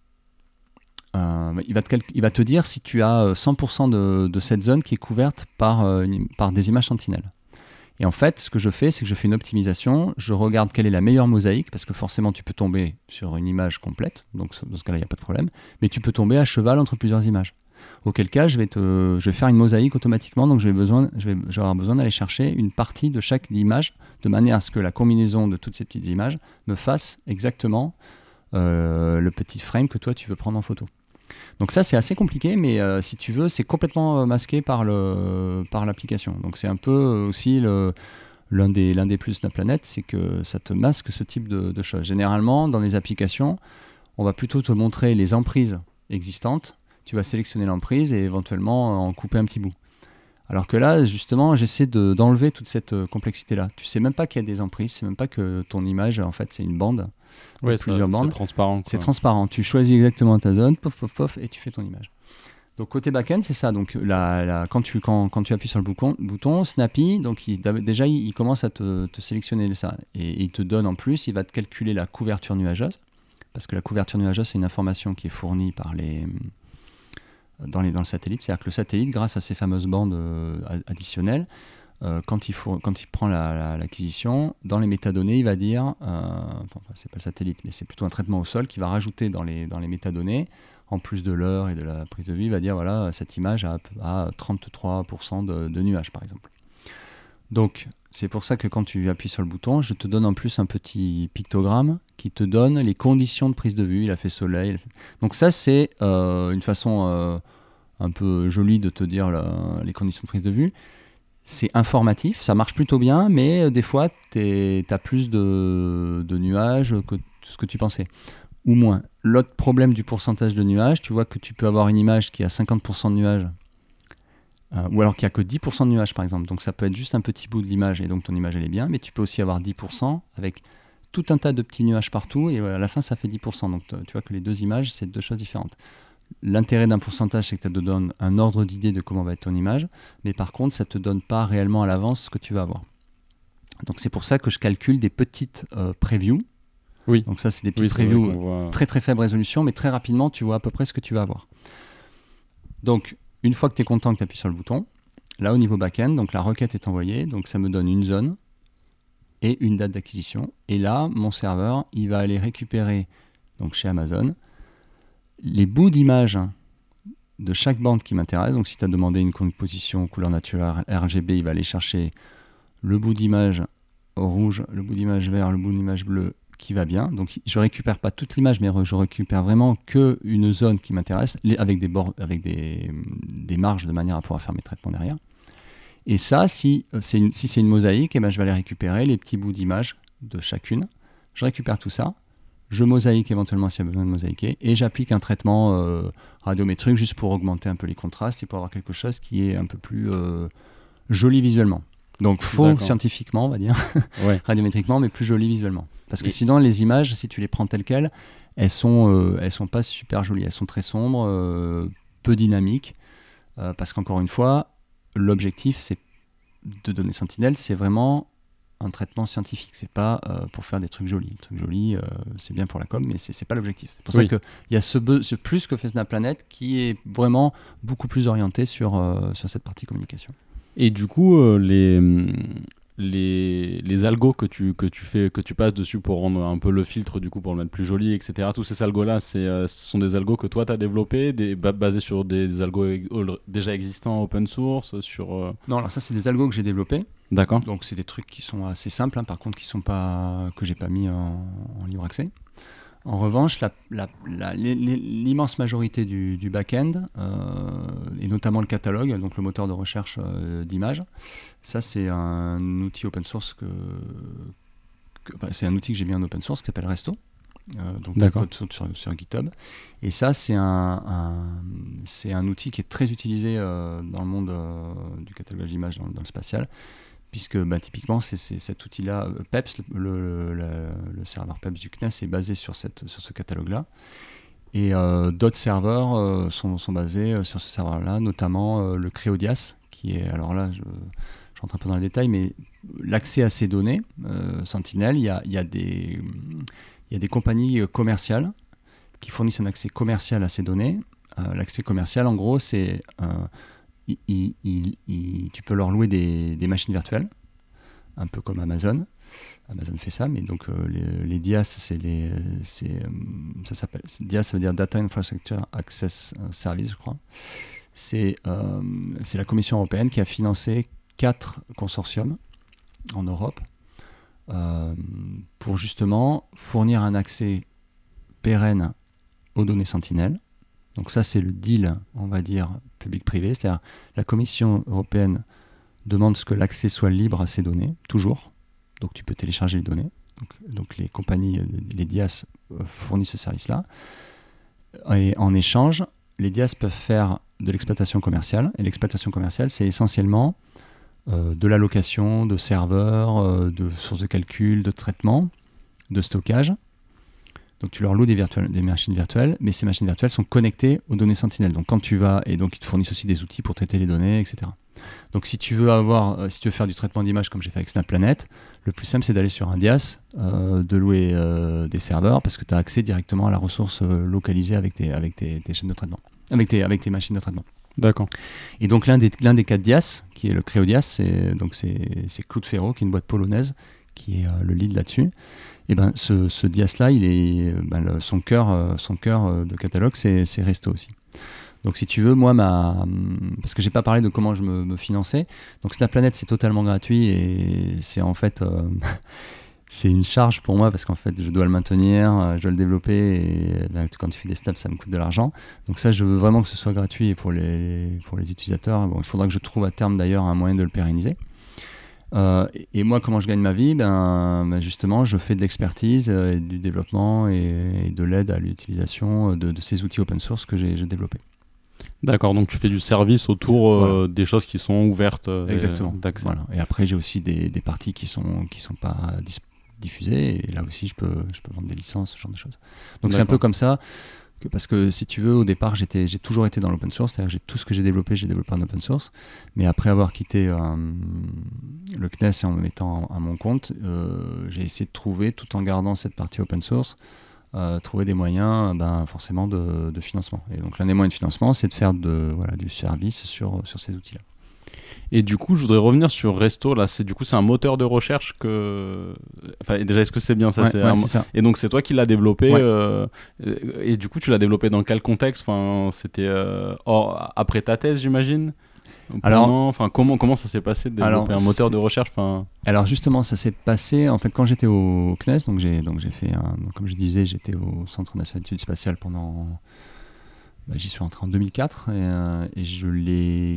euh, il, va te cal- il va te dire si tu as cent pour cent de, de cette zone qui est couverte par, euh, une, par des images sentinelles. Et en fait, ce que je fais, c'est que je fais une optimisation, je regarde quelle est la meilleure mosaïque, parce que forcément, tu peux tomber sur une image complète, donc dans ce cas-là, il n'y a pas de problème, mais tu peux tomber à cheval entre plusieurs images. Auquel cas, je vais, te, je vais faire une mosaïque automatiquement, donc je vais, besoin, je, vais, je vais avoir besoin d'aller chercher une partie de chaque image, de manière à ce que la combinaison de toutes ces petites images me fasse exactement euh, le petit frame que toi, tu veux prendre en photo. Donc ça, c'est assez compliqué, mais euh, si tu veux, c'est complètement masqué par, le, par l'application. Donc c'est un peu aussi le, l'un, des, l'un des plus de SnapPlanet, c'est que ça te masque ce type de, de choses. Généralement, dans les applications, on va plutôt te montrer les emprises existantes. Tu vas sélectionner l'emprise et éventuellement en couper un petit bout. Alors que là, justement, j'essaie de, d'enlever toute cette euh, complexité-là. Tu sais même pas qu'il y a des emprises, tu sais même pas que ton image, en fait, c'est une bande. Ouais, plusieurs ça, bandes. c'est transparent. Quoi. C'est transparent. Tu choisis exactement ta zone, pof, pof, pof, et tu fais ton image. Donc côté back-end, c'est ça. Donc la, la, quand, tu, quand, quand tu appuies sur le bouton, bouton Snappy, donc il, déjà il, il commence à te, te sélectionner ça. Et, et il te donne en plus, il va te calculer la couverture nuageuse. Parce que la couverture nuageuse, c'est une information qui est fournie par les... Dans, les, dans le satellite, c'est-à-dire que le satellite, grâce à ces fameuses bandes euh, additionnelles, euh, quand, il faut, quand il prend la, la, l'acquisition, dans les métadonnées, il va dire, euh, bon, c'est pas le satellite, mais c'est plutôt un traitement au sol qui va rajouter dans les, dans les métadonnées, en plus de l'heure et de la prise de vue, il va dire, voilà, cette image a, a trente-trois pour cent de, de nuages, par exemple. Donc, c'est pour ça que quand tu appuies sur le bouton, je te donne en plus un petit pictogramme qui te donne les conditions de prise de vue. Il a fait soleil. Il a fait... Donc ça, c'est euh, une façon euh, un peu jolie de te dire la, les conditions de prise de vue. C'est informatif, ça marche plutôt bien, mais euh, des fois, tu as plus de, de nuages que ce que tu pensais, ou moins. L'autre problème du pourcentage de nuages, tu vois que tu peux avoir une image qui a cinquante pour cent de nuages, Euh, ou alors qu'il n'y a que dix pour cent de nuages par exemple, donc ça peut être juste un petit bout de l'image et donc ton image elle est bien, mais tu peux aussi avoir dix pour cent avec tout un tas de petits nuages partout et à la fin ça fait dix pour cent, donc tu vois que les deux images c'est deux choses différentes. L'intérêt d'un pourcentage c'est que ça te donne un ordre d'idée de comment va être ton image, mais par contre ça ne te donne pas réellement à l'avance ce que tu vas avoir. Donc c'est pour ça que je calcule des petites euh, previews. Oui. Donc ça c'est des petites oui, previews voit... très très faible résolution, mais très rapidement tu vois à peu près ce que tu vas avoir. Donc une fois que tu es content que tu appuies sur le bouton, là au niveau back-end, donc la requête est envoyée, donc ça me donne une zone et une date d'acquisition. Et là, mon serveur, il va aller récupérer, donc chez Amazon, les bouts d'images de chaque bande qui m'intéresse. Donc si tu as demandé une composition couleur naturelle R G B, il va aller chercher le bout d'image rouge, le bout d'image vert, le bout d'image bleu qui va bien. Donc je récupère pas toute l'image, mais je récupère vraiment qu'une zone qui m'intéresse, avec des bords, avec des, des marges de manière à pouvoir faire mes traitements derrière. Et ça, si c'est une, si c'est une mosaïque, eh ben, je vais aller récupérer les petits bouts d'image de chacune. Je récupère tout ça, je mosaïque éventuellement s'il y a besoin de mosaïquer, et j'applique un traitement euh, radiométrique juste pour augmenter un peu les contrastes et pour avoir quelque chose qui est un peu plus euh, joli visuellement. Donc faux D'accord. scientifiquement, on va dire, ouais. radiométriquement, mais plus joli visuellement. Parce que et... sinon, les images, si tu les prends telles quelles, elles sont, euh, elles sont pas super jolies. Elles sont très sombres, euh, peu dynamiques. Euh, parce qu'encore une fois, l'objectif c'est de données Sentinel, c'est vraiment un traitement scientifique. C'est pas euh, pour faire des trucs jolis. Les trucs jolis, euh, c'est bien pour la com, mais c'est, c'est pas l'objectif. C'est pour oui. ça qu'il y a ce, be- ce plus que fait SnapPlanet qui est vraiment beaucoup plus orienté sur, euh, sur cette partie communication. Et du coup, euh, les, les, les algos que tu, que, tu fais, que tu passes dessus pour rendre un peu le filtre, du coup, pour le mettre plus joli, et cetera. Tous ces algos-là, c'est, euh, ce sont des algos que toi, tu as développés, des, ba- basés sur des, des algos e- déjà existants open source, sur... euh, Non, alors ça, c'est des algos que j'ai développés. D'accord. Donc, c'est des trucs qui sont assez simples, hein, par contre, qui sont pas, que j'ai pas mis en, en libre accès. En revanche, la, la, la, les- les- l'immense majorité du, du back-end, euh, et notamment le catalogue, donc le moteur de recherche euh, d'images, ça, c'est un outil open source que, que- enfin, c'est un outil que j'ai mis en open source qui s'appelle Resto. Euh, donc D'accord. code source sur, sur GitHub. Et ça, c'est un, un- c'est un outil qui est très utilisé euh, dans le monde euh, du catalogage d'images dans, dans le spatial, puisque bah, typiquement, c'est, c'est cet outil-là, euh, PEPS, le, le, le- le serveur PEPS du C N E S est basé sur, cette, sur ce catalogue-là. Et euh, d'autres serveurs euh, sont, sont basés euh, sur ce serveur-là, notamment euh, le CreoDias, qui est, alors là, je, je rentre un peu dans les détails, mais l'accès à ces données, euh, Sentinel, il y a, il y a des... Il y a des compagnies euh, commerciales qui fournissent un accès commercial à ces données. Euh, l'accès commercial, en gros, c'est euh, il- il- il- il- tu peux leur louer des, des machines virtuelles, un peu comme Amazon. Amazon fait ça, mais donc euh, les, les D I A S, c'est les, c'est, euh, ça s'appelle D I A S, ça veut dire Data Infrastructure Access Service, je crois. C'est, euh, c'est la Commission européenne qui a financé quatre consortiums en Europe. Euh, pour justement fournir un accès pérenne aux données Sentinel. Donc ça, c'est le deal, on va dire, public-privé. C'est-à-dire la Commission européenne demande ce que l'accès soit libre à ces données, toujours. Donc tu peux télécharger les données. Donc, donc les compagnies, les D I A S fournissent ce service-là. Et en échange, les D I A S peuvent faire de l'exploitation commerciale. Et l'exploitation commerciale, c'est essentiellement Euh, de l'allocation, de serveurs, euh, de sources de calcul, de traitement, de stockage. Donc tu leur loues des, virtuelles, des machines virtuelles, mais ces machines virtuelles sont connectées aux données Sentinel. Donc quand tu vas, et donc ils te fournissent aussi des outils pour traiter les données, et cetera. Donc si tu veux avoir, euh, si tu veux faire du traitement d'image comme j'ai fait avec SnapPlanet, le plus simple c'est d'aller sur un D I A S, euh, de louer euh, des serveurs parce que tu as accès directement à la ressource euh, localisée avec tes, avec tes, tes chaînes de traitement, avec tes, avec tes machines de traitement. D'accord. Et donc l'un des, l'un des quatre D I A S, qui est le CreoDias, c'est, donc c'est, c'est Claude Ferro, qui est une boîte polonaise, qui est euh, le lead là-dessus. Et ben ce, ce D I A S-là, il est, ben, le, son cœur, euh, son cœur euh, de catalogue, c'est, c'est Resto aussi. Donc si tu veux, moi, ma, parce que j'ai pas parlé de comment je me, me finançais. Donc SnapPlanet, c'est totalement gratuit et c'est en fait... Euh, c'est une charge pour moi parce qu'en fait je dois le maintenir, je dois le développer et ben, quand tu fais des snaps ça me coûte de l'argent. Donc ça je veux vraiment que ce soit gratuit pour les, pour les utilisateurs. Bon, il faudra que je trouve à terme d'ailleurs un moyen de le pérenniser. Euh, et, et moi comment je gagne ma vie, ben, ben justement je fais de l'expertise, euh, et du développement et, et de l'aide à l'utilisation de, de ces outils open source que j'ai, j'ai développés. D'accord, donc tu fais du service autour euh, Voilà. des choses qui sont ouvertes euh, Exactement. d'accès. Voilà. Et après j'ai aussi des, des parties qui sont, qui sont pas disponibles diffusé et là aussi je peux, je peux vendre des licences, ce genre de choses. Donc D'accord. C'est un peu comme ça que, parce que si tu veux au départ j'étais, j'ai toujours été dans l'open source, c'est-à-dire que j'ai, tout ce que j'ai développé j'ai développé en open source, mais après avoir quitté euh, le C N E S et en me mettant à mon compte, euh, j'ai essayé de trouver, tout en gardant cette partie open source, euh, trouver des moyens ben, forcément de, de financement. Et donc l'un des moyens de financement c'est de faire de, voilà, du service sur, sur ces outils-là. Et du coup, je voudrais revenir sur Resto. Là, c'est du coup, c'est un moteur de recherche que. Enfin, déjà, est-ce que c'est bien ça, ouais, c'est ouais, un... c'est ça. Et donc, c'est toi qui l'as développé. Ouais. Euh... Et du coup, tu l'as développé dans quel contexte? Enfin, c'était euh... hors... après ta thèse, j'imagine. Alors, enfin, comment comment ça s'est passé de développer alors, un moteur de recherche? Enfin. Alors justement, ça s'est passé en fait quand j'étais au C N E S. Donc j'ai donc j'ai fait un... donc, comme je disais, j'étais au Centre national d'études spatiales pendant. Bah, j'y suis entré en deux mille quatre et, euh, et je l'ai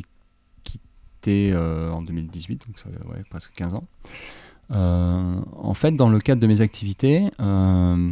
Euh, en deux mille dix-huit, donc ça ouais, presque quinze ans. Euh, en fait, dans le cadre de mes activités, euh,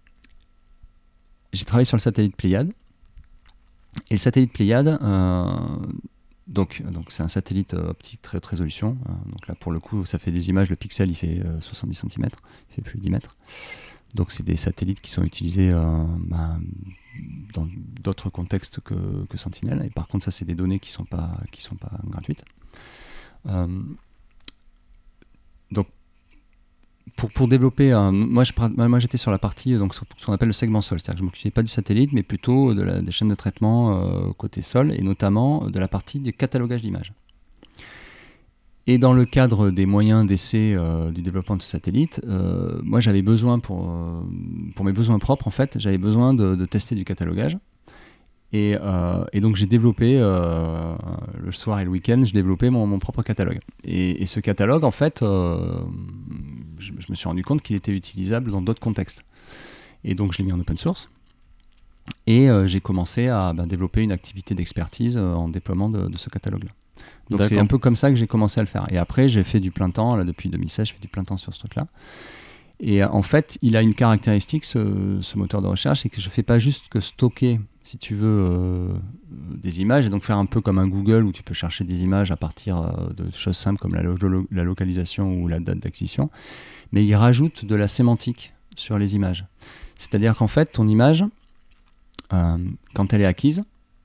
j'ai travaillé sur le satellite Pléiade. Et le satellite Pléiade, euh, donc, donc c'est un satellite optique très haute résolution. Hein, donc là, pour le coup, ça fait des images. Le pixel, il fait euh, soixante-dix centimètres, il fait plus de dix mètres. Donc c'est des satellites qui sont utilisés euh, bah, dans d'autres contextes que, que Sentinel. Et par contre, ça, c'est des données qui ne sont pas, qui sont pas gratuites. Euh, donc, pour, pour développer, un, moi, je, moi j'étais sur la partie, donc, ce qu'on appelle le segment sol, c'est-à-dire que je ne m'occupais pas du satellite, mais plutôt de la, des chaînes de traitement euh, côté sol, et notamment de la partie du catalogage d'images. Et dans le cadre des moyens d'essai euh, du développement de ce satellite, euh, moi j'avais besoin, pour, euh, pour mes besoins propres en fait, j'avais besoin de, de tester du catalogage. Et, euh, et donc j'ai développé, euh, le soir et le week-end, j'ai développé mon, mon propre catalogue. Et, et ce catalogue, en fait, euh, je, je me suis rendu compte qu'il était utilisable dans d'autres contextes. Et donc je l'ai mis en open source. Et euh, j'ai commencé à ben, développer une activité d'expertise euh, en déploiement de, de ce catalogue-là. Donc D'accord. C'est un peu comme ça que j'ai commencé à le faire. Et après, j'ai fait du plein temps. Là, depuis deux mille seize, je fais du plein temps sur ce truc-là. Et euh, en fait, il a une caractéristique, ce, ce moteur de recherche, c'est que je ne fais pas juste que stocker, si tu veux, euh, des images, et donc faire un peu comme un Google où tu peux chercher des images à partir euh, de choses simples comme la, lo- la localisation ou la date d'acquisition. Mais il rajoute de la sémantique sur les images. C'est-à-dire qu'en fait, ton image, euh, quand elle est acquise,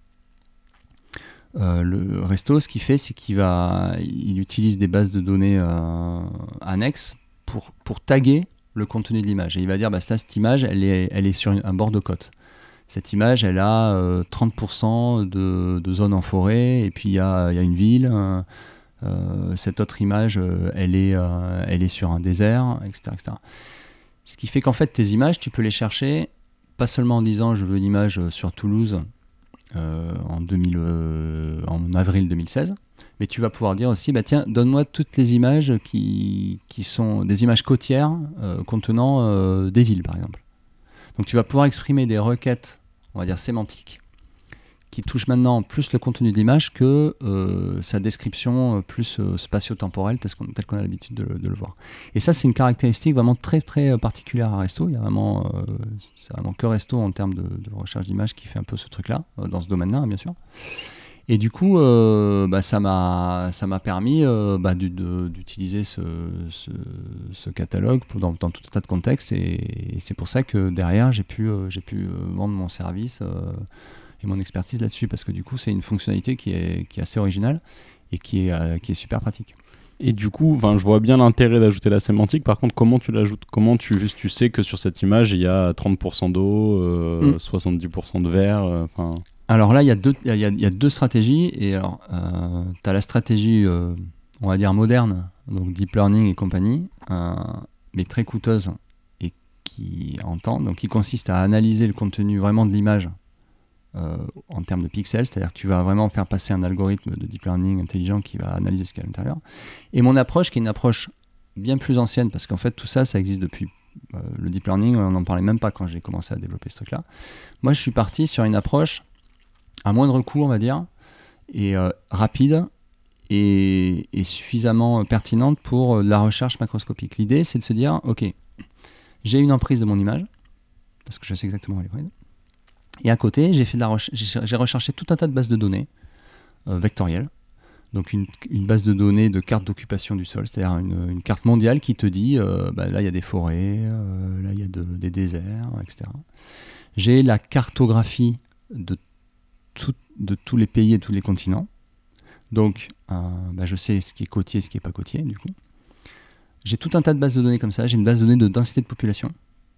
Euh, le Resto, ce qu'il fait, c'est qu'il va, il utilise des bases de données euh, annexes pour, pour taguer le contenu de l'image. Et il va dire, bah, ça, cette image, elle est, elle est sur une, un bord de côte. Cette image, elle a euh, trente pour cent de, de zones en forêt, et puis il y a, y a une ville. Euh, cette autre image, euh, elle, est, euh, elle est sur un désert, et cetera, et cetera. Ce qui fait qu'en fait, tes images, tu peux les chercher, pas seulement en disant, je veux une image sur Toulouse, Euh, en, deux mille, euh, en avril deux mille seize, mais tu vas pouvoir dire aussi, bah tiens, donne-moi toutes les images qui, qui sont des images côtières euh, contenant euh, des villes, par exemple. Donc tu vas pouvoir exprimer des requêtes, on va dire sémantiques, qui touchent maintenant plus le contenu de l'image que euh, sa description plus euh, spatio-temporelle, tel qu'on, tel qu'on a l'habitude de, de le voir. Et ça, c'est une caractéristique vraiment très très particulière à Resto. Il y a vraiment, euh, c'est vraiment que Resto en termes de, de recherche d'images qui fait un peu ce truc-là, euh, dans ce domaine-là, hein, bien sûr. Et du coup, euh, bah, ça m'a ça m'a permis euh, bah, de, de, d'utiliser ce, ce, ce catalogue dans, dans tout un tas de contextes. Et, et c'est pour ça que derrière, j'ai pu, euh, j'ai pu euh, vendre mon service euh, et mon expertise là-dessus, parce que du coup c'est une fonctionnalité qui est, qui est assez originale et qui est, euh, qui est super pratique. Et du coup, je vois bien l'intérêt d'ajouter la sémantique. Par contre, comment tu l'ajoutes? Comment tu, tu sais que sur cette image il y a trente pour cent d'eau, euh, mm. soixante-dix pour cent de vert euh, Alors là, il y, a deux, il, y a, il y a deux stratégies. Et alors, euh, tu as la stratégie, euh, on va dire moderne, donc deep learning et compagnie, euh, mais très coûteuse et qui entend, donc qui consiste à analyser le contenu vraiment de l'image. Euh, en termes de pixels, c'est-à-dire que tu vas vraiment faire passer un algorithme de deep learning intelligent qui va analyser ce qu'il y a à l'intérieur. Et mon approche, qui est une approche bien plus ancienne, parce qu'en fait tout ça, ça existe depuis euh, le deep learning, on n'en parlait même pas quand j'ai commencé à développer ce truc-là. Moi, je suis parti sur une approche à moindre coût, on va dire, et euh, rapide et, et suffisamment pertinente pour euh, la recherche macroscopique. L'idée, c'est de se dire, ok, j'ai une emprise de mon image, parce que je sais exactement où elle est prise. Et à côté, j'ai, fait de la reche- j'ai, j'ai recherché tout un tas de bases de données euh, vectorielles. Donc une, une base de données de carte d'occupation du sol, c'est-à-dire une, une carte mondiale qui te dit, euh, bah, là il y a des forêts, euh, là il y a de, des déserts, et cetera. J'ai la cartographie de, tout, de tous les pays et tous les continents. Donc euh, bah, je sais ce qui est côtier, ce qui n'est pas côtier, du coup. J'ai tout un tas de bases de données comme ça. J'ai une base de données de densité de population.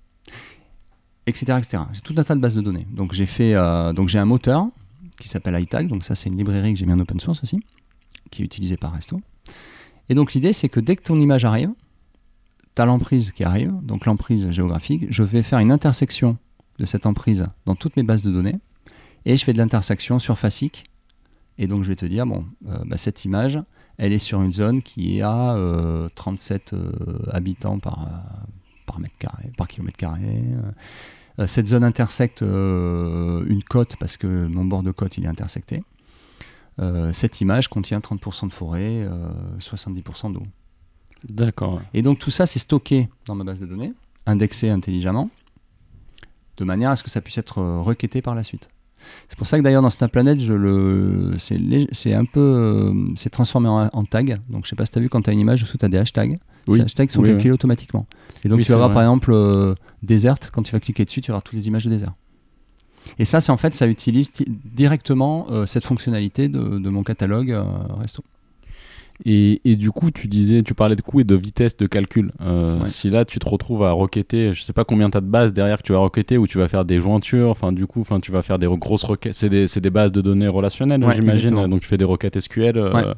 Etc, et cetera. J'ai tout un tas de bases de données. Donc j'ai fait, euh, donc j'ai un moteur qui s'appelle iTag. Donc ça c'est une librairie que j'ai mis en open source aussi, qui est utilisée par Resto. Et donc l'idée c'est que dès que ton image arrive, tu as l'emprise qui arrive, donc l'emprise géographique. Je vais faire une intersection de cette emprise dans toutes mes bases de données, et je fais de l'intersection surfacique. Et donc je vais te dire bon, euh, bah, cette image, elle est sur une zone qui est à euh, trente-sept euh, habitants par euh, par mètre carré, par kilomètre carré. Euh, cette zone intersecte euh, une côte parce que mon bord de côte il est intersecté. Euh, cette image contient trente pour cent de forêt, euh, soixante-dix pour cent d'eau. D'accord. Et donc tout ça c'est stocké dans ma base de données, indexé intelligemment, de manière à ce que ça puisse être requêté par la suite. C'est pour ça que d'ailleurs dans SnapPlanet, je le, c'est, c'est un peu, euh, c'est transformé en, en tag. Donc je sais pas si tu as vu quand tu as une image dessous tu as des hashtags. Oui. Ces hashtags sont oui, calculés oui. automatiquement. Et donc oui, tu vas avoir vrai. par exemple euh, désert, quand tu vas cliquer dessus, tu vas avoir toutes les images de désert. Et ça, c'est en fait, ça utilise t- directement euh, cette fonctionnalité de, de mon catalogue euh, Resto. Et, et du coup, tu disais, tu parlais de coût et de vitesse de calcul. Euh, ouais. Si là, tu te retrouves à requêter, je sais pas combien tu as de bases derrière que tu vas requêter, ou tu vas faire des jointures, enfin du coup, enfin tu vas faire des grosses requêtes. C'est des, c'est des bases de données relationnelles, ouais, j'imagine. Exactement. Donc tu fais des requêtes S Q L. Euh, ouais.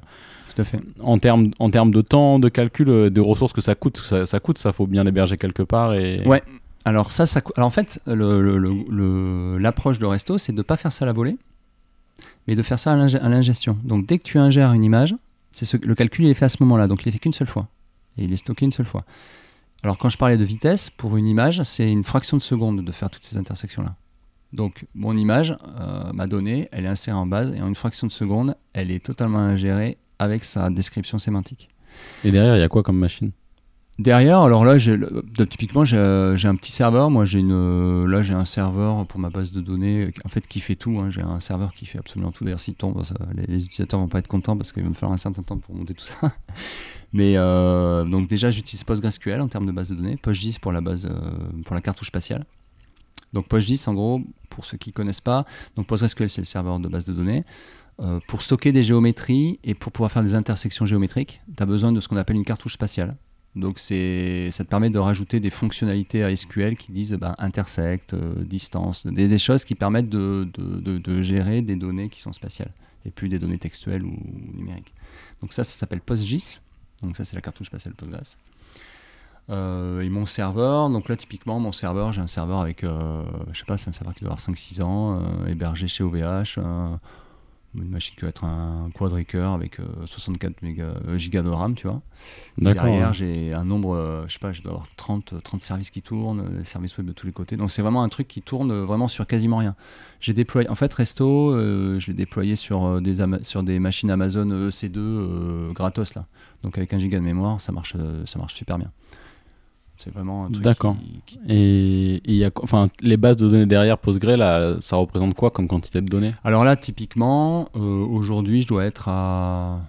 tout à fait. En termes, en termes de temps, de calcul, de ressources que ça coûte, ça, ça coûte, ça faut bien l'héberger quelque part. Et... Ouais. Alors ça, ça, alors en fait, le, le, le, le, l'approche de Resto, c'est de ne pas faire ça à la volée, mais de faire ça à, l'ing- à l'ingestion. Donc dès que tu ingères une image, c'est ce, le calcul il est fait à ce moment-là, donc il est fait qu'une seule fois. Et il est stocké une seule fois. Alors quand je parlais de vitesse, pour une image, c'est une fraction de seconde de faire toutes ces intersections-là. Donc mon image, euh, ma donnée, elle est insérée en base, et en une fraction de seconde, elle est totalement ingérée avec sa description sémantique. Et derrière, il y a quoi comme machine ? Derrière, alors là, j'ai, de, typiquement, j'ai, j'ai un petit serveur. Moi, j'ai une, là, j'ai un serveur pour ma base de données, en fait, qui fait tout. Hein. J'ai un serveur qui fait absolument tout. D'ailleurs, s'il tombe, ça, les, les utilisateurs vont pas être contents parce qu'il va me falloir un certain temps pour monter tout ça. Mais euh, donc déjà, j'utilise PostgreSQL en termes de base de données, PostGIS pour la base, euh, pour la cartouche spatiale. Donc PostGIS, en gros, pour ceux qui connaissent pas, donc PostgreSQL, c'est le serveur de base de données. Euh, pour stocker des géométries et pour pouvoir faire des intersections géométriques, tu as besoin de ce qu'on appelle une cartouche spatiale. Donc c'est, ça te permet de rajouter des fonctionnalités à S Q L qui disent bah, intersect, euh, distance, des, des choses qui permettent de, de, de, de gérer des données qui sont spatiales et plus des données textuelles ou numériques. Donc ça, ça s'appelle PostGIS. Donc ça, c'est la cartouche spatiale Postgres. Euh, et mon serveur, donc là typiquement mon serveur, j'ai un serveur avec, euh, je sais pas, c'est un serveur qui doit avoir cinq six ans, euh, hébergé chez O V H, euh, une machine qui va être un quadricœur avec euh, soixante-quatre mégas, euh, gigas de RAM, tu vois. D'accord, Derrière, ouais. j'ai un nombre, euh, je sais pas, je dois avoir trente, trente services qui tournent, euh, des services web de tous les côtés. Donc c'est vraiment un truc qui tourne euh, vraiment sur quasiment rien. J'ai déployé, en fait, Resto, euh, je l'ai déployé sur, euh, des ama- sur des machines Amazon E C deux euh, gratos là. Donc avec un giga de mémoire, ça marche, euh, ça marche super bien. C'est vraiment un truc D'accord. qui, qui... Et il y a, enfin, les bases de données derrière Postgre, là, ça représente quoi comme quantité de données ? Alors là, typiquement, euh, aujourd'hui, je dois être à...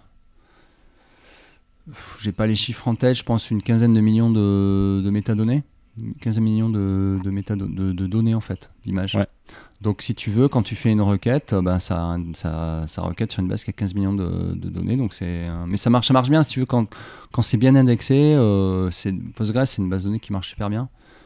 Pff, j'ai pas les chiffres en tête, je pense une quinzaine de millions de, de métadonnées. Une quinzaine de millions de, de, métado- de, de données, en fait, d'images. Ouais. Donc, si tu veux, quand tu fais une requête, ben, ça, ça, ça requête sur une base qui a quinze millions de, de données. Donc c'est, un... Mais ça marche, ça marche bien, si tu veux, quand, quand c'est bien indexé. Euh, c'est, Postgres, c'est une base de données qui marche super bien.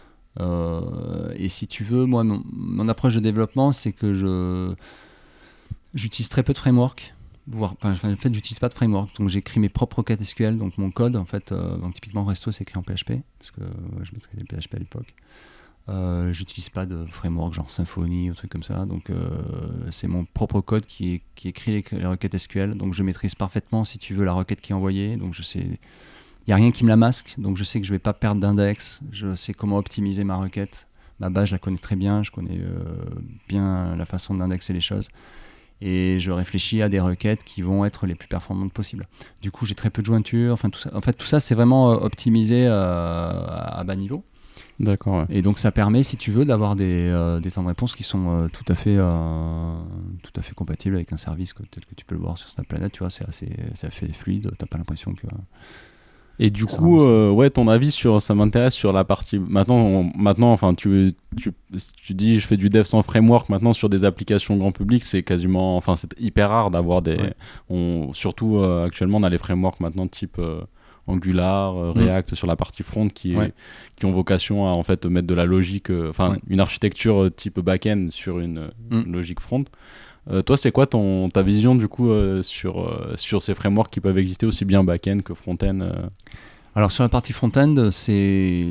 Euh, et si tu veux, moi, mon, mon approche de développement, c'est que je, j'utilise très peu de framework. Voire, enfin, en fait, j'utilise pas de framework. Donc, j'écris mes propres requêtes S Q L. Donc, mon code, en fait, euh, donc, typiquement, Resto, c'est écrit en P H P. Parce que ouais, je maîtrisais le P H P à l'époque. Euh, j'utilise pas de framework genre Symfony ou trucs comme ça. Donc, euh, c'est mon propre code qui, est, qui écrit les, les requêtes S Q L. Donc, je maîtrise parfaitement, si tu veux, la requête qui est envoyée. Donc, je sais... Il n'y a rien qui me la masque, donc je sais que je ne vais pas perdre d'index, je sais comment optimiser ma requête. Ma base, je la connais très bien, je connais euh, bien la façon d'indexer les choses. Et je réfléchis à des requêtes qui vont être les plus performantes possibles. Du coup, j'ai très peu de jointures. Enfin, tout ça, en fait, tout ça, c'est vraiment euh, optimisé euh, à bas niveau. D'accord, ouais. Et donc, ça permet, si tu veux, d'avoir des, euh, des temps de réponse qui sont euh, tout à fait, euh, tout à fait compatibles avec un service que, tel que tu peux le voir sur SnapPlanet. Tu vois, c'est assez, c'est assez fluide. Tu n'as pas l'impression que... Et du Ça coup, va, euh, ouais, ton avis sur, ça m'intéresse sur la partie. Maintenant, on- maintenant, enfin, tu, tu, tu dis, je fais du dev sans framework. Maintenant, sur des applications grand public, c'est quasiment, enfin, c'est hyper rare d'avoir des. Ouais. On, surtout euh, actuellement, on a les frameworks maintenant type euh, Angular, euh, React mm. sur la partie front qui, est, Ouais. qui ont vocation à en fait mettre de la logique, enfin, euh, ouais. une architecture type back-end sur une, mm. une logique front. Euh, toi, c'est quoi ton, ta vision du coup euh, sur, euh, sur ces frameworks qui peuvent exister aussi bien back-end que front-end euh... Alors sur la partie front-end, c'est...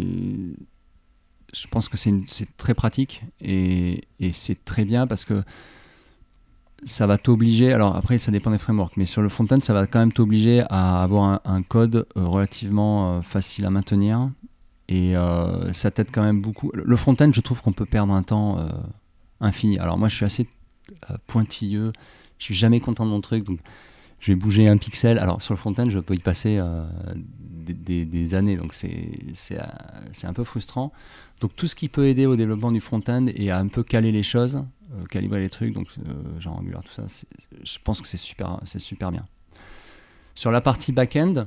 je pense que c'est, une... c'est très pratique et... et c'est très bien parce que ça va t'obliger, alors après ça dépend des frameworks, mais sur le front-end ça va quand même t'obliger à avoir un, un code relativement euh, facile à maintenir et euh, ça t'aide quand même beaucoup. Le front-end, je trouve qu'on peut perdre un temps euh, infini. Alors moi je suis assez euh, pointilleux, je suis jamais content de mon truc, donc je vais bouger un pixel. Alors sur le front-end je peux y passer euh, des, des, des années, donc c'est, c'est, euh, c'est un peu frustrant. Donc tout ce qui peut aider au développement du front-end et à un peu caler les choses, euh, calibrer les trucs, donc euh, genre Angular, tout ça, c'est, je pense que c'est super, c'est super bien. Sur la partie back-end,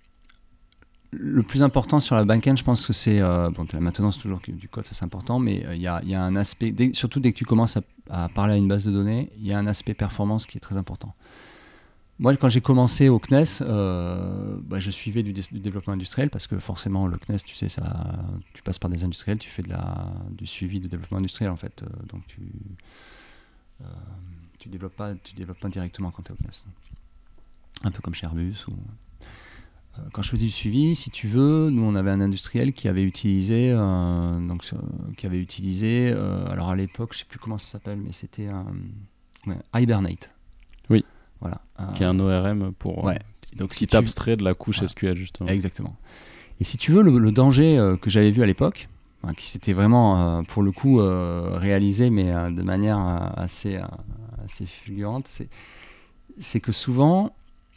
le plus important sur la back-end, je pense que c'est euh, bon, la maintenance toujours du code, ça c'est important, mais il euh, y, a, y a un aspect, dès, surtout dès que tu commences à, à parler à une base de données, il y a un aspect performance qui est très important. Moi, quand j'ai commencé au C N E S, euh, bah, je suivais du, dé- du développement industriel parce que forcément, le C N E S, tu sais, ça, tu passes par des industriels, tu fais de la, du suivi de développement industriel en fait. Euh, donc, tu euh, tu développes pas, tu développes pas directement quand tu es au C N E S. un peu comme chez Airbus. Ou... Euh, quand je faisais du suivi, si tu veux, nous on avait un industriel qui avait utilisé, euh, donc, euh, qui avait utilisé euh, alors à l'époque, je sais plus comment ça s'appelle, mais c'était un ouais, Hibernate. Oui. Voilà. Euh, qui est un O R M pour ouais. euh, donc, qui si t'abstrait tu... de la couche voilà. S Q L justement. Exactement. Et si tu veux, le, le danger euh, que j'avais vu à l'époque, hein, qui s'était vraiment, euh, pour le coup, euh, réalisé, mais euh, de manière euh, assez, euh, assez fulgurante, c'est, c'est que souvent,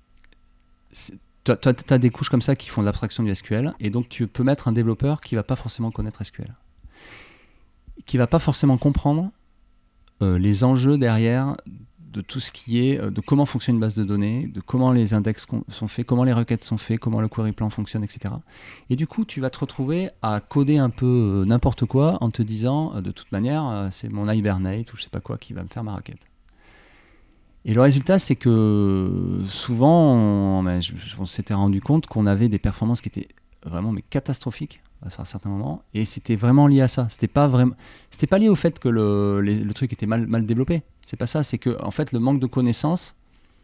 tu as des couches comme ça qui font de l'abstraction du S Q L, et donc tu peux mettre un développeur qui ne va pas forcément connaître S Q L, qui ne va pas forcément comprendre euh, les enjeux derrière de tout ce qui est, de comment fonctionne une base de données, de comment les index sont faits, comment les requêtes sont faites, comment le query plan fonctionne, et cetera. Et du coup, tu vas te retrouver à coder un peu n'importe quoi en te disant, de toute manière, c'est mon Hibernate ou je sais pas quoi qui va me faire ma requête. Et le résultat, c'est que souvent, on, ben, je, on s'était rendu compte qu'on avait des performances qui étaient vraiment mais catastrophiques à certains moments, et c'était vraiment lié à ça. C'était pas vraiment, c'était pas lié au fait que le, les, le truc était mal, mal développé. C'est pas ça. C'est que en fait, le manque de connaissances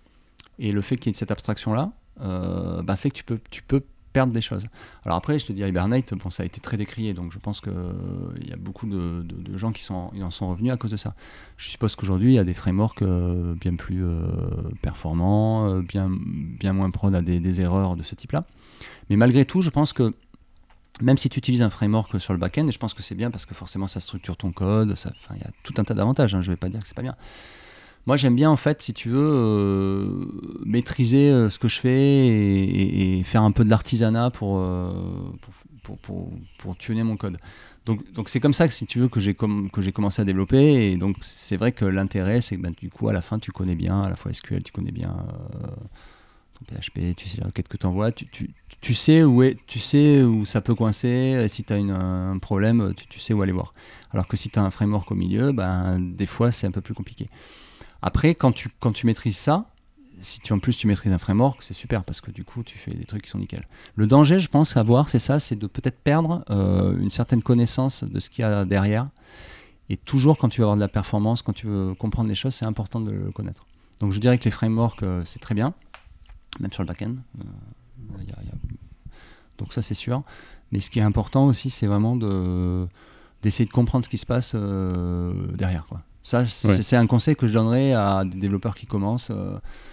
et le fait qu'il y ait cette abstraction là, euh, bah, fait que tu peux, tu peux perdre des choses. Alors après, je te dis Hibernate, bon, ça a été très décrié, donc je pense que il euh, y a beaucoup de, de, de gens qui sont, ils en sont revenus à cause de ça. Je suppose qu'aujourd'hui, il y a des frameworks euh, bien plus euh, performants, euh, bien, bien moins prone à des, des erreurs de ce type-là. Mais malgré tout, je pense que même si tu utilises un framework sur le back-end, et je pense que c'est bien parce que forcément ça structure ton code, il y a tout un tas d'avantages, hein, je ne vais pas dire que c'est pas bien. Moi j'aime bien en fait, si tu veux, euh, maîtriser euh, ce que je fais et, et, et faire un peu de l'artisanat pour, euh, pour, pour, pour, pour tuner mon code. Donc, donc c'est comme ça que si tu veux que j'ai, com- que j'ai commencé à développer, et donc c'est vrai que l'intérêt c'est que ben, du coup à la fin tu connais bien à la fois S Q L, tu connais bien euh, ton P H P, tu sais les requêtes que tu envoies, tu, tu, tu sais où est, tu sais où ça peut coincer, si tu as une, un problème, tu, tu sais où aller voir. Alors que si tu as un framework au milieu, ben, des fois c'est un peu plus compliqué. Après, quand tu, quand tu maîtrises ça, si tu, en plus tu maîtrises un framework, c'est super parce que du coup tu fais des trucs qui sont nickel. Le danger, je pense, à avoir, c'est ça, c'est de peut-être perdre euh, une certaine connaissance de ce qu'il y a derrière. Et toujours, quand tu veux avoir de la performance, quand tu veux comprendre les choses, c'est important de le connaître. Donc je dirais que les frameworks, euh, c'est très bien, même sur le back-end. Euh, y a, y a... Donc ça, c'est sûr. Mais ce qui est important aussi, c'est vraiment de, d'essayer de comprendre ce qui se passe euh, derrière, quoi. Ça, c'est, ouais. c'est un conseil que je donnerais à des développeurs qui commencent. Euh,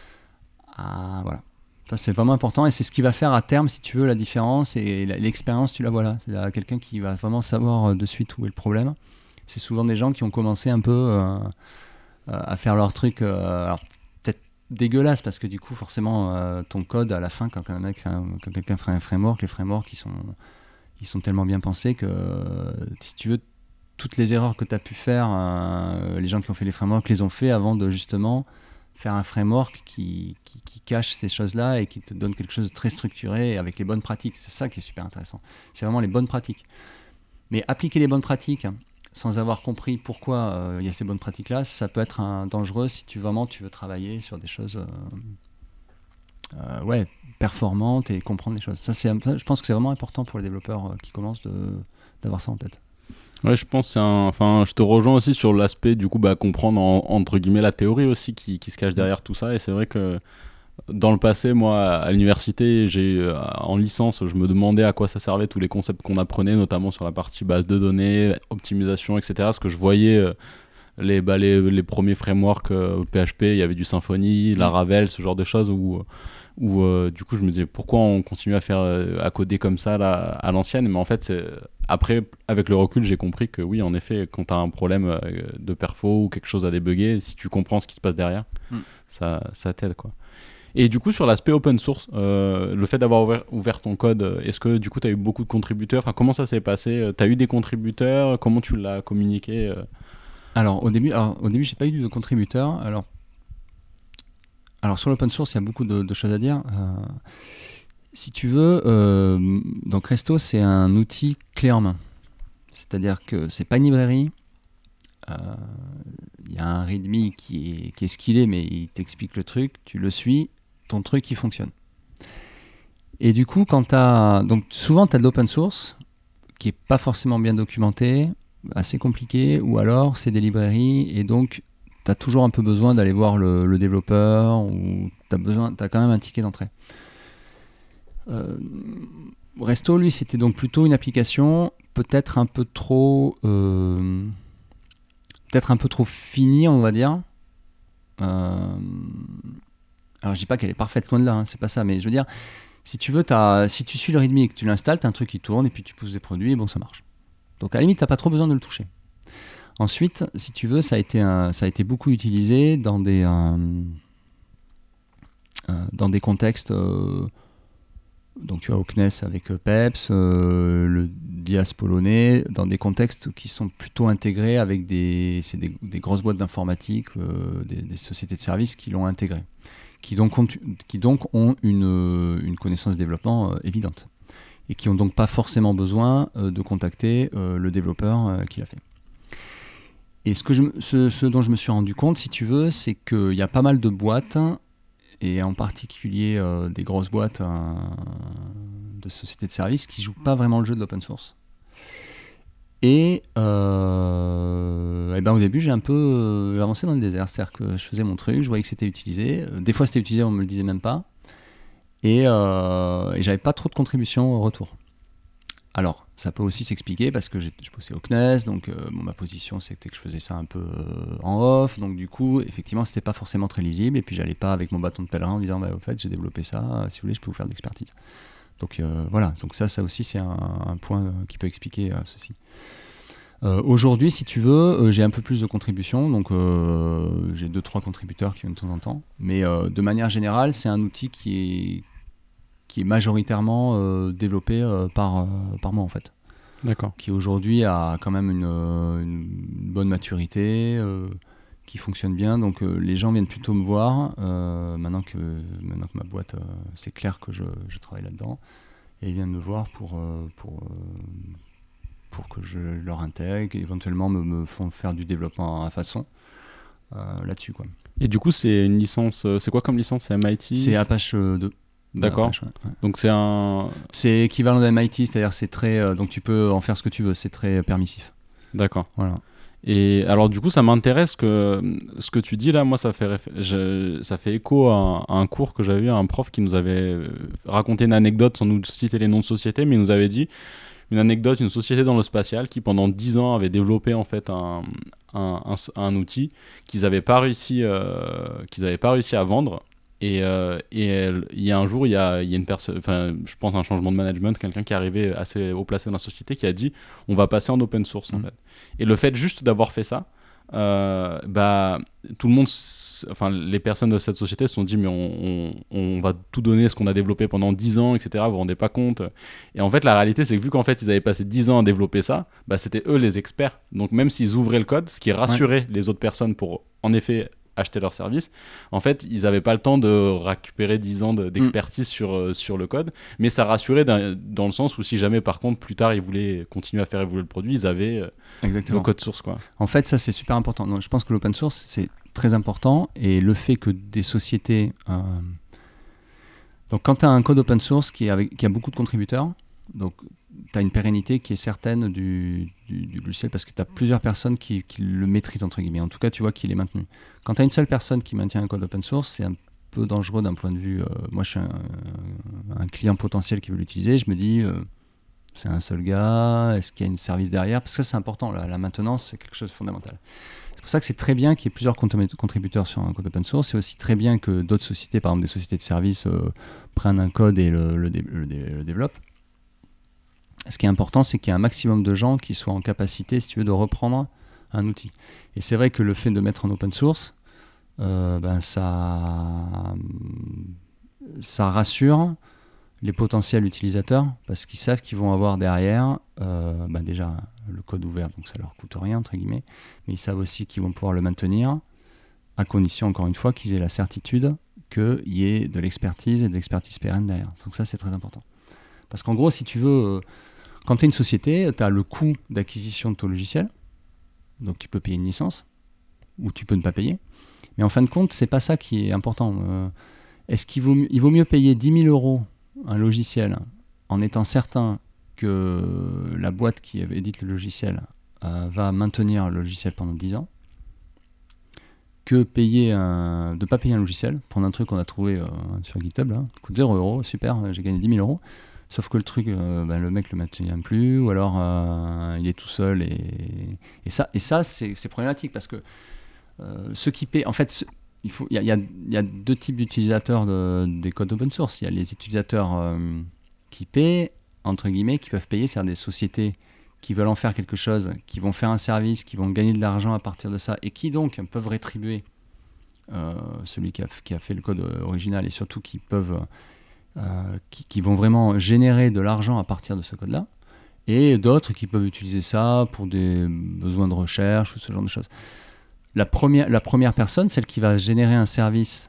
à, voilà. Ça, c'est vraiment important et c'est ce qui va faire à terme, si tu veux, la différence. Et la, l'expérience, tu la vois là. C'est là, quelqu'un qui va vraiment savoir de suite où est le problème. C'est souvent des gens qui ont commencé un peu euh, à faire leur truc. Euh, alors, peut-être dégueulasse parce que du coup, forcément, euh, ton code, à la fin, quand, un mec, quand quelqu'un fait un framework, les frameworks, ils sont, ils sont tellement bien pensés que, euh, si tu veux, toutes les erreurs que tu as pu faire, euh, les gens qui ont fait les frameworks les ont fait avant de justement faire un framework qui, qui, qui cache ces choses-là et qui te donne quelque chose de très structuré avec les bonnes pratiques. C'est ça qui est super intéressant. C'est vraiment les bonnes pratiques. Mais appliquer les bonnes pratiques sans avoir compris pourquoi il euh, y a ces bonnes pratiques-là, ça peut être un, dangereux si tu, vraiment tu veux travailler sur des choses euh, euh, ouais, performantes et comprendre les choses. Ça, c'est, je pense que c'est vraiment important pour les développeurs euh, qui commencent de, d'avoir ça en tête. Ouais, je pense que c'est un... Enfin, je te rejoins aussi sur l'aspect, du coup, bah, comprendre, en, entre guillemets, la théorie aussi qui, qui se cache derrière tout ça. Et c'est vrai que dans le passé, moi, à l'université, j'ai, euh, en licence, je me demandais à quoi ça servait tous les concepts qu'on apprenait, notamment sur la partie base de données, optimisation, et cetera. Parce que je voyais euh, les, bah, les, les premiers frameworks euh, P H P, il y avait du Symfony, Laravel, ce genre de choses où... où euh, du coup je me disais pourquoi on continue à faire euh, à coder comme ça là, à l'ancienne, mais en fait c'est... après avec le recul j'ai compris que oui en effet quand tu as un problème euh, de perfo ou quelque chose à débugger, si tu comprends ce qui se passe derrière, mm. ça, ça t'aide quoi. Et du coup sur l'aspect open source, euh, le fait d'avoir ouvert, ouvert ton code, est-ce que du coup tu as eu beaucoup de contributeurs, enfin, comment ça s'est passé, tu as eu des contributeurs, comment tu l'as communiqué euh... alors au début, alors, au début j'ai pas eu de contributeurs. Alors Alors sur l'open source, il y a beaucoup de, de choses à dire. Euh, si tu veux, euh, donc Resto, c'est un outil clé en main. C'est-à-dire que c'est pas une librairie. Il euh, y a un readme qui est, qui est ce qu'il est, mais il t'explique le truc, tu le suis, ton truc il fonctionne. Et du coup, quand t'as, donc souvent tu as de l'open source qui est pas forcément bien documenté, assez compliqué, ou alors c'est des librairies et donc tu as toujours un peu besoin d'aller voir le, le développeur, ou tu as besoin, tu as quand même un ticket d'entrée. Euh, Resto, lui, c'était donc plutôt une application peut-être un peu trop, euh, peut-être un peu trop finie, on va dire. Euh, alors, je dis pas qu'elle est parfaite, loin de là, hein, c'est pas ça, mais je veux dire, si tu veux, t'as, si tu suis le rythme et que tu l'installes, tu as un truc qui tourne et puis tu pousses des produits et bon, ça marche. Donc, à la limite, tu n'as pas trop besoin de le toucher. Ensuite, si tu veux, ça a été, un, ça a été beaucoup utilisé dans des, euh, euh, dans des contextes. Euh, donc, tu as au C N E S avec Peps, euh, le Dias polonais, dans des contextes qui sont plutôt intégrés avec des, c'est des, des grosses boîtes d'informatique, euh, des, des sociétés de services qui l'ont intégré, qui donc ont, qui donc ont une, une connaissance de développement euh, évidente et qui n'ont donc pas forcément besoin euh, de contacter euh, le développeur euh, qui l'a fait. Et ce, que je, ce, ce dont je me suis rendu compte, si tu veux, c'est qu'il y a pas mal de boîtes, et en particulier euh, des grosses boîtes euh, de sociétés de services, qui ne jouent pas vraiment le jeu de l'open source. Et, euh, et ben au début, j'ai un peu euh, avancé dans le désert. C'est-à-dire que je faisais mon truc, je voyais que c'était utilisé. Des fois, c'était utilisé, on ne me le disait même pas. Et, euh, et j'avais pas trop de contributions au retour. Alors, ça peut aussi s'expliquer parce que je bossais au C N E S, donc euh, bon, ma position c'était que je faisais ça un peu euh, en off, donc du coup, effectivement, c'était pas forcément très lisible, et puis j'allais pas avec mon bâton de pèlerin en disant, bah, au fait, j'ai développé ça, si vous voulez, je peux vous faire de l'expertise. Donc euh, voilà, donc ça, ça aussi, c'est un, un point qui peut expliquer euh, ceci. Euh, aujourd'hui, si tu veux, euh, j'ai un peu plus de contributions, donc euh, j'ai deux, trois contributeurs qui viennent de temps en temps, mais euh, de manière générale, c'est un outil qui est qui est majoritairement euh, développé euh, par, euh, par moi en fait. D'accord. Qui aujourd'hui a quand même une, une bonne maturité, euh, qui fonctionne bien. Donc euh, les gens viennent plutôt me voir, euh, maintenant, que, maintenant que ma boîte, euh, c'est clair que je, je travaille là-dedans, et ils viennent me voir pour, euh, pour, euh, pour que je leur intègre, et éventuellement me, me font faire du développement à façon euh, là-dessus, quoi. Et du coup, c'est une licence, c'est quoi comme licence? C'est M I T? C'est Apache deux. D'accord. Apache, ouais, ouais. Donc c'est un. C'est équivalent de M I T, c'est-à-dire c'est très, euh, donc tu peux en faire ce que tu veux, c'est très permissif. D'accord. Voilà. Et alors du coup, ça m'intéresse que ce que tu dis là, moi, ça fait réf... je... ça fait écho à un, à un cours que j'avais eu à un prof qui nous avait raconté une anecdote sans nous citer les noms de sociétés, mais il nous avait dit une anecdote, une société dans le spatial qui pendant dix ans avait développé en fait un, un, un, un outil qu'ils n'avaient pas réussi, euh, qu'ils avaient pas réussi à vendre. Et, euh, et elle, il y a un jour, il y a, il y a une personne, enfin, je pense un changement de management, quelqu'un qui est arrivé assez haut placé dans la société qui a dit on va passer en open source en mmh. fait. Et le fait juste d'avoir fait ça, euh, bah, tout le monde, enfin, les personnes de cette société se sont dit mais on, on, on va tout donner ce qu'on a développé pendant dix ans, et cetera. Vous vous rendez pas compte. Et en fait, la réalité, c'est que vu qu'en fait, ils avaient passé dix ans à développer ça, bah, c'était eux les experts. Donc même s'ils ouvraient le code, ce qui rassurait ouais. les autres personnes pour, en effet, acheter leur service. En fait, ils n'avaient pas le temps de récupérer dix ans de, d'expertise mmh. sur, euh, sur le code, mais ça rassurait dans le sens où si jamais, par contre, plus tard, ils voulaient continuer à faire évoluer le produit, ils avaient euh, le code source, quoi. En fait, ça, c'est super important. Donc, je pense que l'open source, c'est très important, et le fait que des sociétés... Euh... Donc, quand tu as un code open source qui, est avec, qui a beaucoup de contributeurs, donc tu as une pérennité qui est certaine du, du, du logiciel parce que tu as plusieurs personnes qui, qui le maîtrisent, entre guillemets. En tout cas, tu vois qu'il est maintenu. Quand tu as une seule personne qui maintient un code open source, c'est un peu dangereux d'un point de vue... Euh, moi, je suis un, un client potentiel qui veut l'utiliser. Je me dis, euh, c'est un seul gars, est-ce qu'il y a un service derrière? Parce que ça, c'est important. La, la maintenance, c'est quelque chose de fondamental. C'est pour ça que c'est très bien qu'il y ait plusieurs contributeurs sur un code open source. C'est aussi très bien que d'autres sociétés, par exemple des sociétés de services, euh, prennent un code et le, le, dé, le, dé, le développent. Ce qui est important, c'est qu'il y ait un maximum de gens qui soient en capacité, si tu veux, de reprendre un outil. Et c'est vrai que le fait de mettre en open source, euh, ben ça, ça rassure les potentiels utilisateurs parce qu'ils savent qu'ils vont avoir derrière euh, ben déjà le code ouvert, donc ça leur coûte rien, entre guillemets, mais ils savent aussi qu'ils vont pouvoir le maintenir à condition, encore une fois, qu'ils aient la certitude qu'il y ait de l'expertise et de l'expertise pérenne derrière. Donc ça, c'est très important. Parce qu'en gros, si tu veux... Quand tu es une société, tu as le coût d'acquisition de ton logiciel, donc tu peux payer une licence, ou tu peux ne pas payer. Mais en fin de compte, c'est pas ça qui est important. Euh, est-ce qu'il vaut, mieux, il vaut mieux payer dix mille euros un logiciel en étant certain que la boîte qui édite le logiciel euh, va maintenir le logiciel pendant dix ans, que payer un, de pas payer un logiciel, prendre un truc qu'on a trouvé euh, sur GitHub, là, coûte zéro euro, super, j'ai gagné dix mille euros. Sauf que le truc, euh, ben, le mec le maintient plus, ou alors euh, il est tout seul. Et, et ça, et ça c'est, c'est problématique parce que euh, ceux qui paient, en fait, ce, il faut, il y a, il y a, il y a deux types d'utilisateurs de, des codes open source. Il y a les utilisateurs euh, qui paient, entre guillemets, qui peuvent payer, c'est-à-dire des sociétés qui veulent en faire quelque chose, qui vont faire un service, qui vont gagner de l'argent à partir de ça, et qui donc peuvent rétribuer euh, celui qui a, qui a fait le code original, et surtout qui peuvent... Euh, qui, qui vont vraiment générer de l'argent à partir de ce code-là, et d'autres qui peuvent utiliser ça pour des besoins de recherche ou ce genre de choses. La première, la première personne, celle qui va générer un service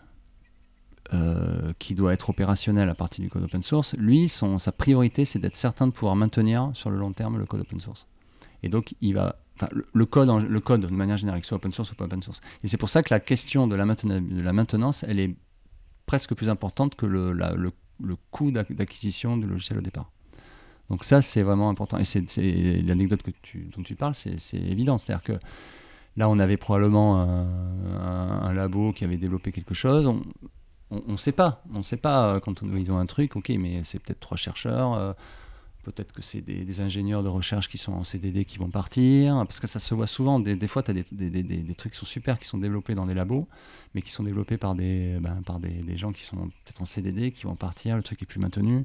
euh, qui doit être opérationnel à partir du code open source, lui, son, sa priorité, c'est d'être certain de pouvoir maintenir sur le long terme le code open source. Et donc, il va, enfin, le, le, code en, le code, de manière générale, que ce soit open source ou pas open source. Et c'est pour ça que la question de la, maintenance, de la maintenance, elle est presque plus importante que le, la, le le coût d'acquisition du logiciel au départ. Donc ça, c'est vraiment important. Et c'est, c'est l'anecdote que tu, dont tu parles, c'est, c'est évident. C'est-à-dire que là, on avait probablement un, un, un labo qui avait développé quelque chose. On ne sait pas. On ne sait pas quand on, ils ont un truc, ok, mais c'est peut-être trois chercheurs. Euh, peut-être que c'est des, des ingénieurs de recherche qui sont en C D D qui vont partir. Parce que ça se voit souvent. Des, des fois, tu as des, des, des, des trucs qui sont super, qui sont développés dans des labos, mais qui sont développés par des, ben, par des, des gens qui sont peut-être en C D D, qui vont partir, le truc est plus maintenu.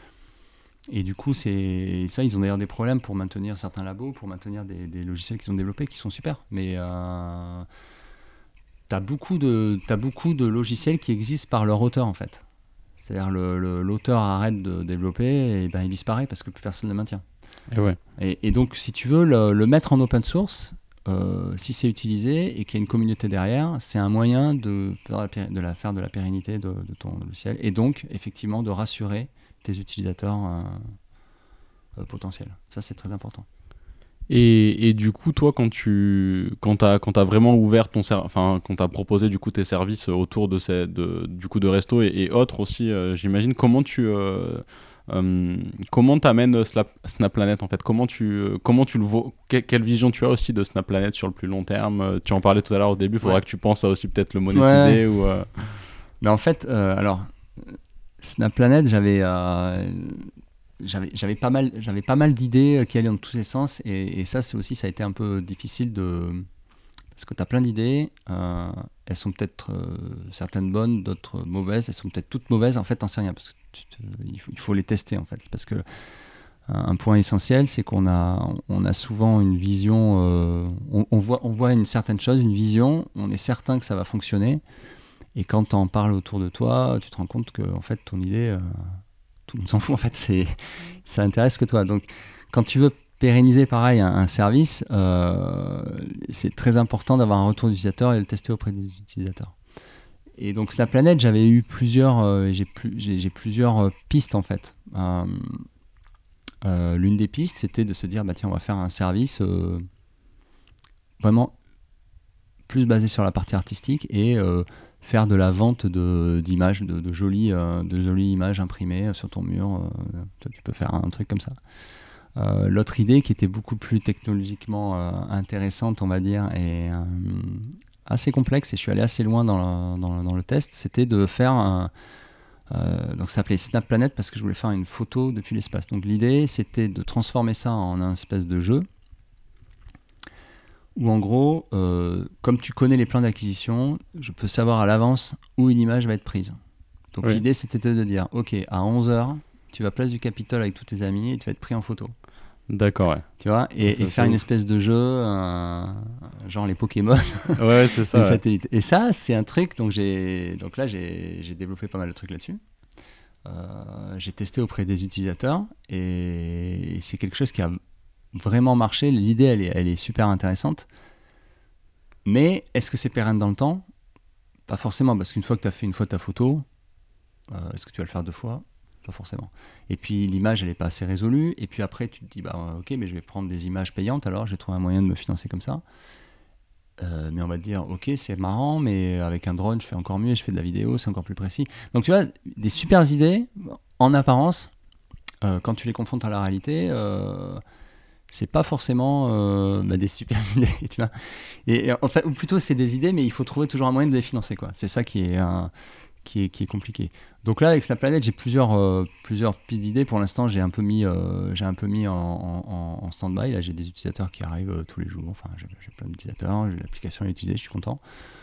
Et du coup, c'est ça, ils ont d'ailleurs des problèmes pour maintenir certains labos, pour maintenir des, des logiciels qu'ils ont développés, qui sont super. Mais euh, tu as beaucoup de, t'as beaucoup de logiciels qui existent par leur auteur, en fait. C'est-à-dire le, le, l'auteur arrête de développer et ben, il disparaît parce que plus personne ne le maintient. Et, ouais. et, et donc, si tu veux le, le mettre en open source, euh, si c'est utilisé et qu'il y a une communauté derrière, c'est un moyen de faire, la, de la, faire de la pérennité de, de ton logiciel et donc, effectivement, de rassurer tes utilisateurs euh, euh, potentiels. Ça, c'est très important. Et, et du coup, toi, quand tu quand t'as, quand t'as vraiment ouvert ton ser- enfin, quand t'as proposé du coup tes services autour de ces, de, du coup de resto et, et autres aussi, euh, j'imagine, comment tu euh, euh, comment t'amènes Snap, SnapPlanet en fait, comment tu euh, comment tu le vois, que, quelle vision tu as aussi de SnapPlanet sur le plus long terme? Tu en parlais tout à l'heure au début, il faudra ouais. que tu penses à aussi peut-être le monétiser. Ouais. ou. Euh... Mais en fait, euh, alors SnapPlanet, j'avais euh, J'avais, j'avais, pas mal, j'avais pas mal d'idées qui allaient dans tous les sens et, et ça, c'est aussi, ça a été un peu difficile de... Parce que tu as plein d'idées, euh, elles sont peut-être euh, certaines bonnes, d'autres mauvaises, elles sont peut-être toutes mauvaises, en fait, t'en sais rien, parce que tu te, il, faut, il faut les tester, en fait. Parce que un point essentiel, c'est qu'on a, on a souvent une vision, euh, on, on, voit, on voit une certaine chose, une vision, on est certain que ça va fonctionner, et quand tu en parles autour de toi, tu te rends compte que, en fait, ton idée... Euh, tout le monde s'en fout en fait, c'est, ça intéresse que toi. Donc quand tu veux pérenniser pareil un, un service, euh, c'est très important d'avoir un retour d'utilisateur et de le tester auprès des utilisateurs. Et donc SnapPlanet, j'avais eu plusieurs, euh, j'ai, plus, j'ai, j'ai plusieurs euh, pistes en fait. Euh, euh, l'une des pistes, c'était de se dire bah tiens, on va faire un service euh, vraiment plus basé sur la partie artistique et euh, faire de la vente de, d'images, de, de, jolies, euh, de jolies images imprimées sur ton mur. Euh, tu peux faire un truc comme ça. Euh, l'autre idée qui était beaucoup plus technologiquement euh, intéressante, on va dire, et euh, assez complexe, et je suis allé assez loin dans le, dans le, dans le test, c'était de faire un... Euh, donc ça s'appelait SnapPlanet parce que je voulais faire une photo depuis l'espace. Donc l'idée, c'était de transformer ça en un espèce de jeu où en gros, euh, comme tu connais les plans d'acquisition, je peux savoir à l'avance où une image va être prise. Donc oui. L'idée, c'était de dire, ok, à onze heures, tu vas place du Capitole avec tous tes amis et tu vas être pris en photo. D'accord, ouais. Tu vois, et, ça, et faire une ouf. espèce de jeu, euh, genre les Pokémon. Ouais, c'est ça. Les ouais. satellites. Et ça, c'est un truc, donc, j'ai, donc là, j'ai, j'ai développé pas mal de trucs là-dessus. Euh, j'ai testé auprès des utilisateurs et c'est quelque chose qui a vraiment marché. L'idée, elle est, elle est super intéressante. Mais est-ce que c'est pérenne dans le temps ? Pas forcément, parce qu'une fois que tu as fait une fois ta photo, euh, est-ce que tu vas le faire deux fois ? Pas forcément. Et puis l'image, elle n'est pas assez résolue. Et puis après, tu te dis, bah, ok, mais je vais prendre des images payantes, alors je vais trouver un moyen de me financer comme ça. Euh, mais on va te dire, ok, c'est marrant, mais avec un drone, je fais encore mieux, et je fais de la vidéo, c'est encore plus précis. Donc tu vois, des super idées, en apparence, euh, quand tu les confrontes à la réalité, euh, c'est pas forcément euh, bah, des super idées, tu vois. Et, et en fait, ou plutôt c'est des idées, mais il faut trouver toujours un moyen de les financer, quoi. C'est ça qui est, un, qui est, qui est compliqué. Donc là, avec Snaplanet, j'ai plusieurs, euh, plusieurs pistes d'idées. Pour l'instant, j'ai un peu mis, euh, j'ai un peu mis en, en, en stand-by. Là, j'ai des utilisateurs qui arrivent euh, tous les jours. Enfin, j'ai, j'ai plein d'utilisateurs, j'ai l'application à utiliser, je suis content.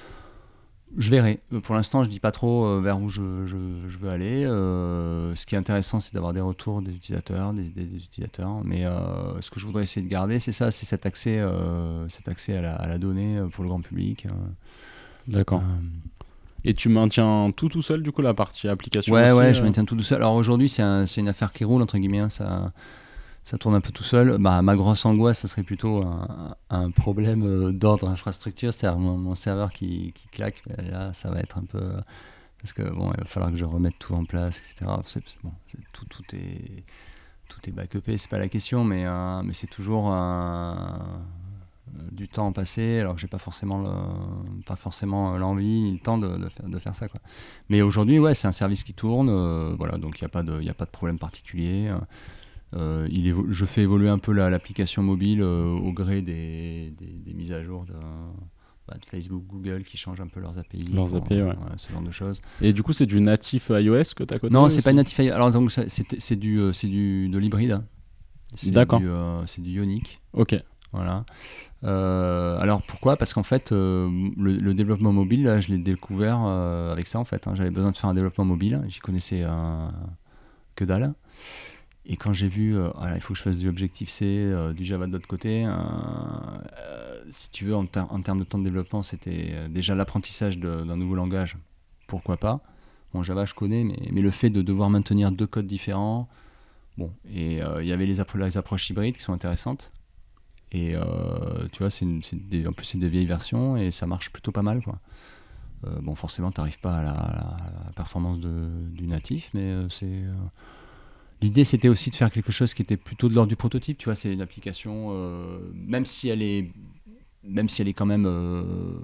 Je verrai. Pour l'instant, je dis pas trop euh, vers où je, je, je veux aller. Euh, ce qui est intéressant, c'est d'avoir des retours des utilisateurs, des idées des utilisateurs. Mais euh, ce que je voudrais essayer de garder, c'est ça, c'est cet accès, euh, cet accès à la, à la donnée pour le grand public. Euh, D'accord. Euh, Et tu maintiens tout tout seul, du coup, la partie application Ouais, aussi, ouais, euh... je maintiens tout tout seul. Alors aujourd'hui, c'est, un, c'est une affaire qui roule, entre guillemets. Hein, ça... Ça tourne un peu tout seul. Bah, ma grosse angoisse, ça serait plutôt un, un problème d'ordre infrastructure, c'est-à-dire mon, mon serveur qui, qui claque. Là, ça va être un peu... Parce que bon, il va falloir que je remette tout en place, et cetera. C'est, c'est, bon, c'est, tout, tout est tout est backupé, c'est pas la question, mais, euh, mais c'est toujours un, du temps passé, alors que j'ai pas forcément, le, pas forcément l'envie ni le temps de, de, faire, de faire ça, quoi. Mais aujourd'hui, ouais, c'est un service qui tourne, euh, voilà, donc il n'y a pas de, y a pas de problème particulier. Euh, Euh, il évo- je fais évoluer un peu la, l'application mobile euh, au gré des, des, des mises à jour de, bah, de Facebook, Google qui changent un peu leurs A P I. Leurs pour, A P I, ouais. Voilà, ce genre de choses. Et du coup, c'est du natif iOS que tu as codé? Non, c'est aussi pas natif iOS. Alors, donc, ça, c'est, c'est, du, c'est du, de l'hybride. Hein. C'est D'accord. Du, euh, c'est du Ionic. Ok. Voilà. Euh, alors pourquoi ? Parce qu'en fait, euh, le, le développement mobile, là, je l'ai découvert euh, avec ça, en fait. Hein. J'avais besoin de faire un développement mobile. J'y connaissais euh, que dalle. Et quand j'ai vu, euh, voilà, il faut que je fasse du Objective-C, euh, du Java de l'autre côté, euh, euh, si tu veux, en, ter- en termes de temps de développement, c'était euh, déjà l'apprentissage de, d'un nouveau langage, pourquoi pas. Bon, Java, je connais, mais, mais le fait de devoir maintenir deux codes différents, bon, et il euh, y avait les, appro- les approches hybrides qui sont intéressantes. Et euh, tu vois, c'est une, c'est des, en plus, c'est des vieilles versions et ça marche plutôt pas mal, quoi. Euh, bon, forcément, tu n'arrives pas à la, à la performance de, du natif, mais euh, c'est... Euh, L'idée, c'était aussi de faire quelque chose qui était plutôt de l'ordre du prototype. Tu vois, c'est une application, euh, même si elle est, même si elle est quand même euh,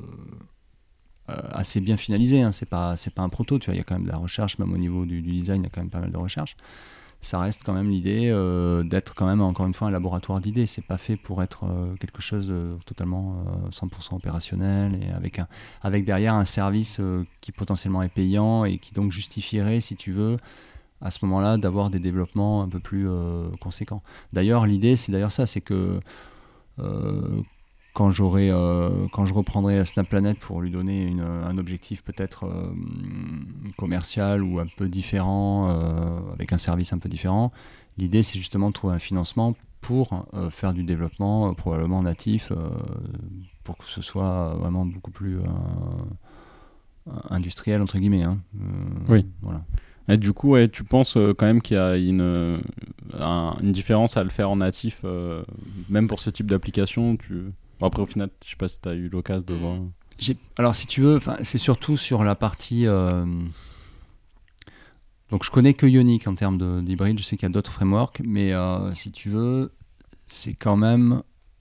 euh, assez bien finalisée. Hein, c'est pas, c'est pas un proto. Tu vois, il y a quand même de la recherche, même au niveau du, du design, il y a quand même pas mal de recherche. Ça reste quand même l'idée euh, d'être quand même encore une fois un laboratoire d'idées. C'est pas fait pour être euh, quelque chose de totalement euh, cent pour cent opérationnel et avec un, avec derrière un service euh, qui potentiellement est payant et qui donc justifierait, si tu veux, à ce moment-là, d'avoir des développements un peu plus euh, conséquents. D'ailleurs, l'idée, c'est d'ailleurs ça, c'est que euh, quand, j'aurai, euh, quand je reprendrai Snaplanet pour lui donner une, un objectif peut-être euh, commercial ou un peu différent, euh, avec un service un peu différent, l'idée, c'est justement de trouver un financement pour euh, faire du développement euh, probablement natif, euh, pour que ce soit vraiment beaucoup plus euh, industriel, entre guillemets. Hein. Euh, oui. Voilà. Et du coup, ouais, tu penses euh, quand même qu'il y a une, euh, un, une différence à le faire en natif, euh, même pour ce type d'application tu... bon, après, au final, je sais pas si tu as eu l'occasion de voir. J'ai... Alors, si tu veux, c'est surtout sur la partie... Euh... Donc, je connais que Ionic en termes de, d'hybride. Je sais qu'il y a d'autres frameworks, mais euh, si tu veux, c'est quand même...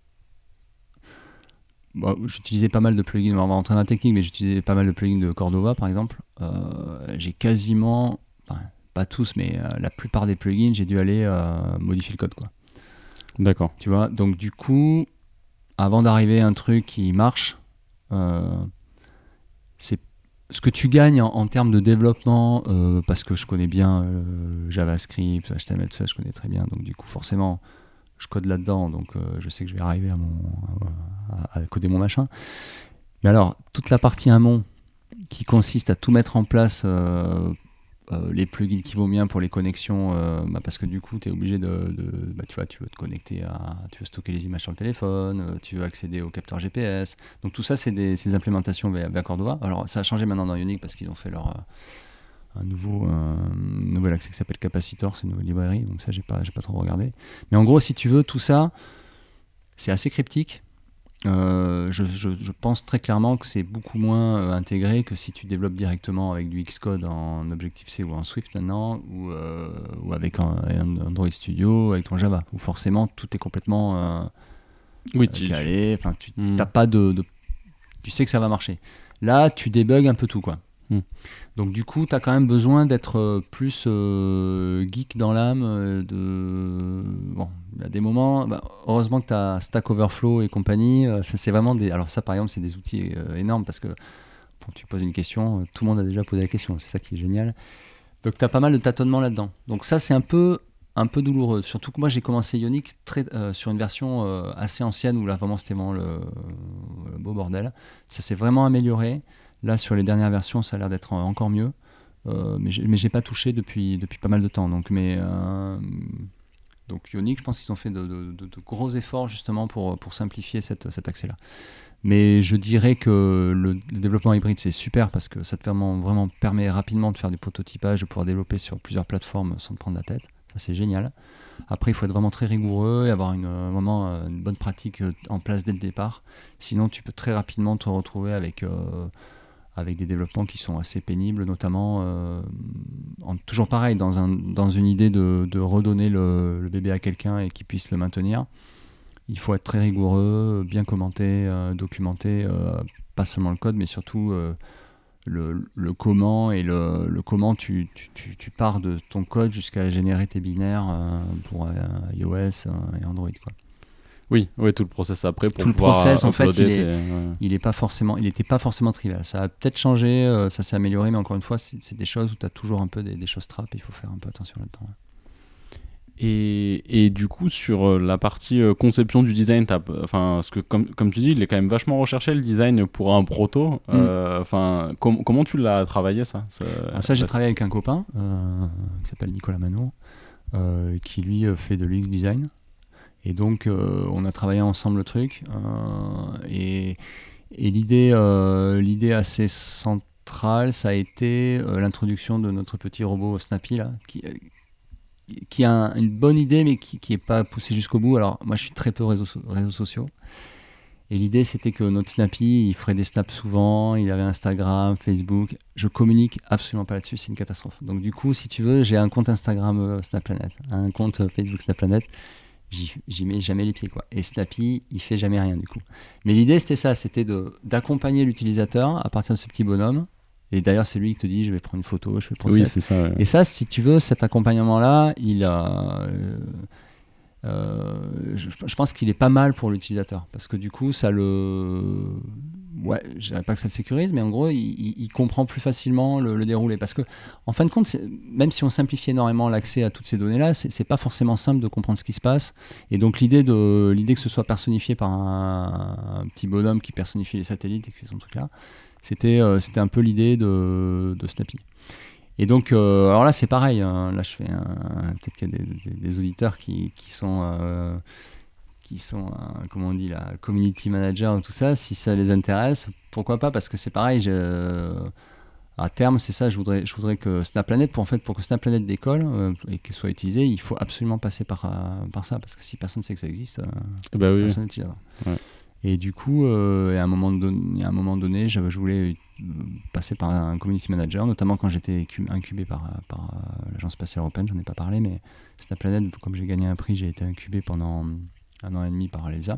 Bon, j'utilisais pas mal de plugins, on va rentrer dans la technique, mais j'utilisais pas mal de plugins de Cordova, par exemple. Euh, j'ai quasiment... Enfin, pas tous, mais euh, la plupart des plugins, j'ai dû aller euh, modifier le code, quoi. D'accord. Tu vois, donc du coup, avant d'arriver à un truc qui marche, euh, c'est ce que tu gagnes en, en termes de développement, euh, parce que je connais bien euh, JavaScript, H T M L, tout ça, je connais très bien, donc du coup, forcément, je code là-dedans, donc euh, je sais que je vais arriver à, mon, à, à coder mon machin. Mais alors, toute la partie amont, qui consiste à tout mettre en place, euh, euh, les plugins qui vont bien pour les connexions, euh, bah parce que du coup tu es obligé de, de bah, tu vois, tu veux te connecter à, tu veux stocker les images sur le téléphone, euh, tu veux accéder au capteur G P S, donc tout ça c'est des, c'est des implémentations via, via Cordova. Alors ça a changé maintenant dans Ionic parce qu'ils ont fait leur euh, un nouveau euh, nouvel accès qui s'appelle Capacitor, c'est une nouvelle librairie, donc ça j'ai pas, j'ai pas trop regardé, mais en gros si tu veux tout ça c'est assez cryptique. Euh, je, je, je pense très clairement que c'est beaucoup moins euh, intégré que si tu développes directement avec du Xcode en Objective-C ou en Swift maintenant, ou, euh, ou avec un, un Android Studio, avec ton Java, où forcément tout est complètement euh, oui, euh, calé, enfin tu mm. t'as pas de, de... Tu sais que ça va marcher. Là, tu débugs un peu tout, quoi. Mm. Donc du coup, tu as quand même besoin d'être plus euh, geek dans l'âme, euh, de... Bon, il y a des moments, bah, heureusement que tu as Stack Overflow et compagnie. Euh, ça, c'est vraiment des, alors ça, par exemple, c'est des outils euh, énormes parce que quand tu poses une question, euh, tout le monde a déjà posé la question. C'est ça qui est génial. Donc, tu as pas mal de tâtonnements là-dedans. Donc, ça, c'est un peu, un peu douloureux. Surtout que moi, j'ai commencé Ionic très, euh, sur une version euh, assez ancienne où là, vraiment, c'était vraiment le, le beau bordel. Ça s'est vraiment amélioré. Là, sur les dernières versions, ça a l'air d'être encore mieux. Euh, mais j'ai, mais j'ai pas touché depuis, depuis pas mal de temps. Donc, mais, euh, donc Ionic, je pense qu'ils ont fait de, de, de, de gros efforts justement pour, pour simplifier cette, cet accès-là. Mais je dirais que le, le développement hybride, c'est super parce que ça te permet, vraiment permet rapidement de faire du prototypage, de pouvoir développer sur plusieurs plateformes sans te prendre la tête. Ça, c'est génial. Après, il faut être vraiment très rigoureux et avoir une, vraiment une bonne pratique en place dès le départ. Sinon, tu peux très rapidement te retrouver avec... Euh, avec des développements qui sont assez pénibles, notamment euh, en, toujours pareil, dans, un, dans une idée de, de redonner le, le bébé à quelqu'un et qu'il puisse le maintenir. Il faut être très rigoureux, bien commenter, euh, documenter, euh, pas seulement le code, mais surtout euh, le, le comment et le, le comment tu, tu, tu, tu pars de ton code jusqu'à générer tes binaires euh, pour euh, iOS euh, et Android, quoi. Oui, oui, tout le process après pour tout le pouvoir process en fait il est, tes... ouais. il est pas forcément, il n'était pas forcément trivial. Ça a peut-être changé, euh, ça s'est amélioré, mais encore une fois, c'est, c'est des choses où tu as toujours un peu des, des choses trappes. Il faut faire un peu attention là-dedans. Ouais. Et, et du coup, sur la partie conception du design, enfin, parce que comme, comme tu dis, il est quand même vachement recherché le design pour un proto. Enfin, mm. euh, com- comment tu l'as travaillé ça, ça, Alors ça, j'ai travaillé avec un copain euh, qui s'appelle Nicolas Manot, euh, qui lui fait de l'U X design. Et donc, euh, on a travaillé ensemble le truc. Euh, et, et l'idée, euh, l'idée assez centrale, ça a été euh, l'introduction de notre petit robot Snappy, là, qui, qui a un, une bonne idée, mais qui n'est pas poussée jusqu'au bout. Alors, moi, je suis très peu réseaux, réseaux sociaux. Et l'idée, c'était que notre Snappy, il ferait des snaps souvent. Il avait Instagram, Facebook. Je communique absolument pas là-dessus. C'est une catastrophe. Donc, du coup, si tu veux, j'ai un compte Instagram euh, SnapPlanet, un compte Facebook SnapPlanet. J'y, j'y mets jamais les pieds, quoi. Et Snappy, il fait jamais rien du coup. Mais l'idée c'était ça, c'était de, d'accompagner l'utilisateur à partir de ce petit bonhomme. Et d'ailleurs c'est lui qui te dit je vais prendre une photo, je vais prendre oui, c'est ça. Ouais. Et ça, si tu veux, cet accompagnement-là, il a, euh, euh, je, je pense qu'il est pas mal pour l'utilisateur parce que du coup ça le, ouais, je dirais pas que ça le sécurise, mais en gros il, il, il comprend plus facilement le, le déroulé parce que en fin de compte, c'est, même si on simplifie énormément l'accès à toutes ces données-là, c'est, c'est pas forcément simple de comprendre ce qui se passe. Et donc l'idée de l'idée que ce soit personnifié par un, un petit bonhomme qui personnifie les satellites et qui fait son truc là, c'était euh, c'était un peu l'idée de, de Snappy. Et donc, euh, alors là, c'est pareil. Hein, là, je fais un, peut-être qu'il y a des, des, des auditeurs qui, qui sont, euh, qui sont euh, comment on dit, là, community manager ou tout ça. Si ça les intéresse, pourquoi pas? Parce que c'est pareil. Je, à terme, c'est ça. Je voudrais, je voudrais que SnapPlanet, pour en fait, pour que SnapPlanet décolle euh, et qu'elle soit utilisée, il faut absolument passer par, euh, par ça, parce que si personne ne sait que ça existe, euh, bah oui. personne n'utilisera. Ouais. Et du coup, euh, à, un moment donné, à un moment donné, je, je voulais passer par un community manager, notamment quand j'étais incubé par, par euh, l'Agence spatiale européenne, j'en ai pas parlé, mais SnapPlanet, comme j'ai gagné un prix, j'ai été incubé pendant un an et demi par l'E L S A.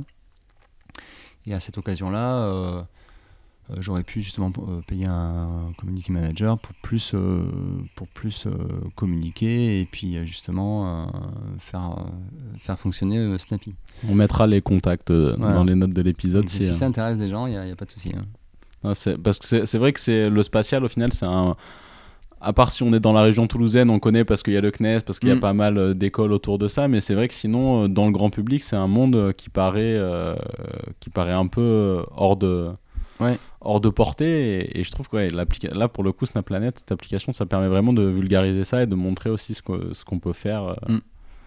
Et à cette occasion-là, euh, euh, j'aurais pu justement euh, payer un community manager pour plus, euh, pour plus euh, communiquer et puis justement euh, faire, euh, faire fonctionner euh, Snappy. On mettra les contacts euh, voilà. dans les notes de l'épisode. Si, si ça intéresse des gens, il n'y a, a pas de souci. Hein. Non, c'est, parce que c'est, c'est vrai que c'est, le spatial, au final, c'est un... À part si on est dans la région toulousaine, on connaît parce qu'il y a le C N E S, parce qu'il mm. y a pas mal d'écoles autour de ça, mais c'est vrai que sinon, dans le grand public, c'est un monde qui paraît, euh, qui paraît un peu hors de... Ouais. hors de portée et, et je trouve que ouais, là pour le coup SnapPlanet, cette application, ça permet vraiment de vulgariser ça et de montrer aussi ce, que, ce qu'on peut faire euh. mm.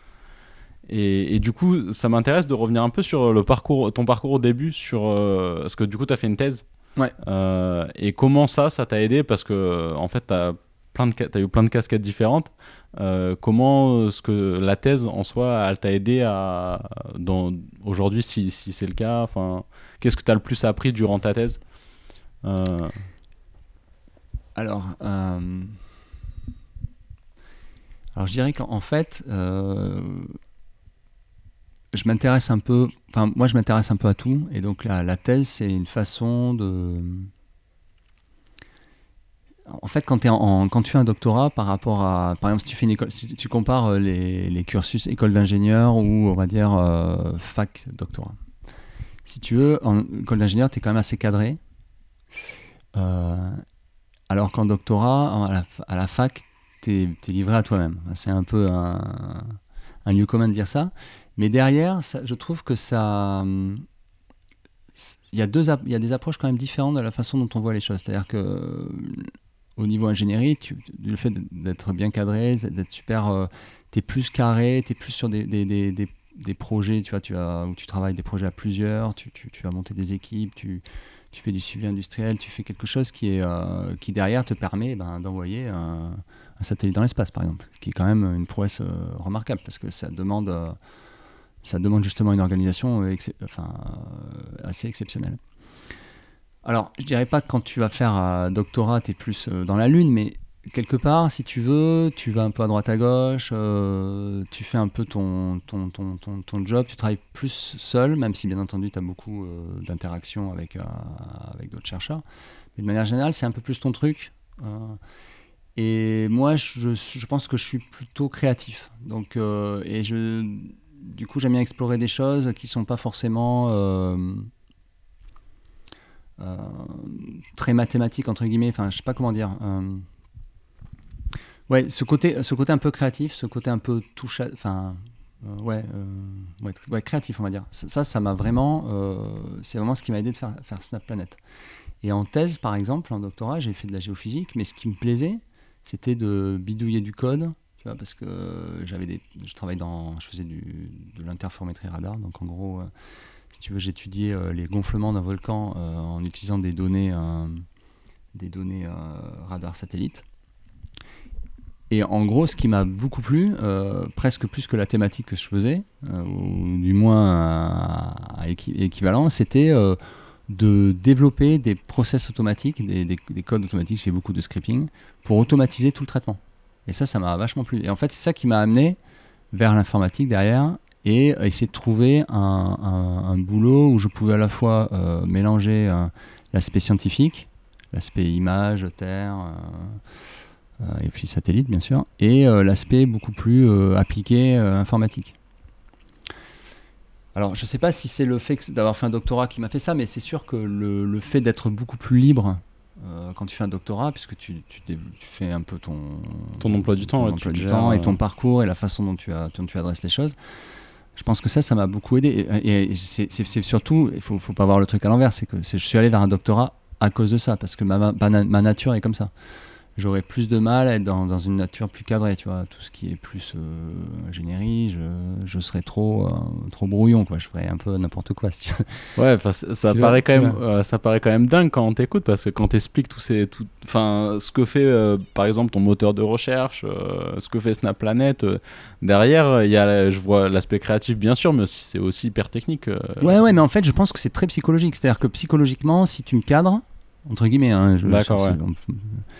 et, et du coup ça m'intéresse de revenir un peu sur le parcours, ton parcours au début sur, euh, parce que du coup tu as fait une thèse ouais. euh, et comment ça ça t'a aidé parce que en fait tu as plein de, t'as eu plein de casquettes différentes. Euh, comment ce que la thèse en soi elle t'a aidé à, dans, aujourd'hui si, si c'est le cas, enfin, qu'est-ce que tu as le plus appris durant ta thèse? euh... alors, euh... alors je dirais qu'en fait euh... je m'intéresse un peu, enfin moi je m'intéresse un peu à tout et donc la, la thèse c'est une façon de... en fait, quand, t'es en, en, quand tu fais un doctorat par rapport à... Par exemple, si tu fais une école, si tu compares les, les cursus école d'ingénieur ou, on va dire, euh, fac doctorat. Si tu veux, en école d'ingénieur, tu es quand même assez cadré. Euh, alors qu'en doctorat, à la, à la fac, tu es livré à toi-même. C'est un peu un, un newcomer de dire ça. Mais derrière, ça, je trouve que ça... Il y, a deux, il y a des approches quand même différentes de la façon dont on voit les choses. C'est-à-dire que au niveau ingénierie, tu, le fait d'être bien cadré, d'être super... Euh, tu es plus carré, tu es plus sur des, des, des, des, des projets tu vois, tu as, où tu travailles des projets à plusieurs, tu, tu, tu vas monter des équipes, tu, tu fais du suivi industriel, tu fais quelque chose qui, est, euh, qui derrière te permet ben, d'envoyer un, un satellite dans l'espace, par exemple, qui est quand même une prouesse euh, remarquable, parce que ça demande... Euh, ça demande justement une organisation ex- enfin, euh, assez exceptionnelle. Alors, je dirais pas que quand tu vas faire un doctorat, tu es plus euh, dans la lune, mais quelque part, si tu veux, tu vas un peu à droite à gauche, euh, tu fais un peu ton, ton, ton, ton, ton job, tu travailles plus seul, même si bien entendu, tu as beaucoup euh, d'interactions avec, euh, avec d'autres chercheurs. Mais de manière générale, c'est un peu plus ton truc. Euh, et moi, je, je pense que je suis plutôt créatif. Donc, euh, et je... Du coup, j'aime bien explorer des choses qui ne sont pas forcément euh, euh, très mathématiques, entre guillemets. Enfin, je ne sais pas comment dire. Euh, ouais, ce côté, ce côté un peu créatif, ce côté un peu touche... Enfin, euh, ouais, euh, ouais, ouais, créatif, on va dire. Ça, ça m'a vraiment... Euh, c'est vraiment ce qui m'a aidé de faire, faire Snap Planet. Et en thèse, par exemple, en doctorat, j'ai fait de la géophysique, mais ce qui me plaisait, c'était de bidouiller du code. Tu vois, parce que j'avais des, je travaille dans, je faisais du, de l'interférométrie radar, donc en gros, euh, si tu veux, j'étudiais euh, les gonflements d'un volcan euh, en utilisant des données, euh, des données euh, radar satellite. Et en gros, ce qui m'a beaucoup plu, euh, presque plus que la thématique que je faisais, euh, ou du moins à, à équi- équivalent, c'était euh, de développer des process automatiques, des, des, des codes automatiques, j'ai beaucoup de scripting, pour automatiser tout le traitement. Et ça, ça m'a vachement plu. Et en fait, c'est ça qui m'a amené vers l'informatique derrière et essayer de trouver un, un, un boulot où je pouvais à la fois euh, mélanger euh, l'aspect scientifique, l'aspect image, terre, euh, euh, et puis satellite, bien sûr, et euh, l'aspect beaucoup plus euh, appliqué euh, informatique. Alors, je ne sais pas si c'est le fait d'avoir fait un doctorat qui m'a fait ça, mais c'est sûr que le, le fait d'être beaucoup plus libre Euh, quand tu fais un doctorat, puisque tu, tu, tu fais un peu ton, ton emploi du temps, ton ouais, emploi tu du gères, temps euh... et ton parcours et la façon dont tu, as, dont tu adresses les choses. Je pense que ça, ça m'a beaucoup aidé. Et, et c'est, c'est, c'est surtout, il ne faut, faut pas voir le truc à l'envers, c'est que c'est, je suis allé vers un doctorat à cause de ça, parce que ma, ma, ma nature est comme ça. J'aurais plus de mal à être dans, dans une nature plus cadrée, tu vois. Tout ce qui est plus euh, ingénierie, je, je serais trop, euh, trop brouillon, quoi. Je ferais un peu n'importe quoi, si tu veux. Ouais, ça, ça, paraît quand même, euh, ça paraît quand même dingue quand on t'écoute, parce que quand t'expliques tout ces, tout, ce que fait, euh, par exemple, ton moteur de recherche, euh, ce que fait Snap Planet, euh, derrière, il y a, je vois l'aspect créatif, bien sûr, mais aussi, c'est aussi hyper technique. Euh... Ouais, ouais, mais en fait, je pense que c'est très psychologique. C'est-à-dire que psychologiquement, si tu me cadres, entre guillemets, hein, je, D'accord, je, ouais. je,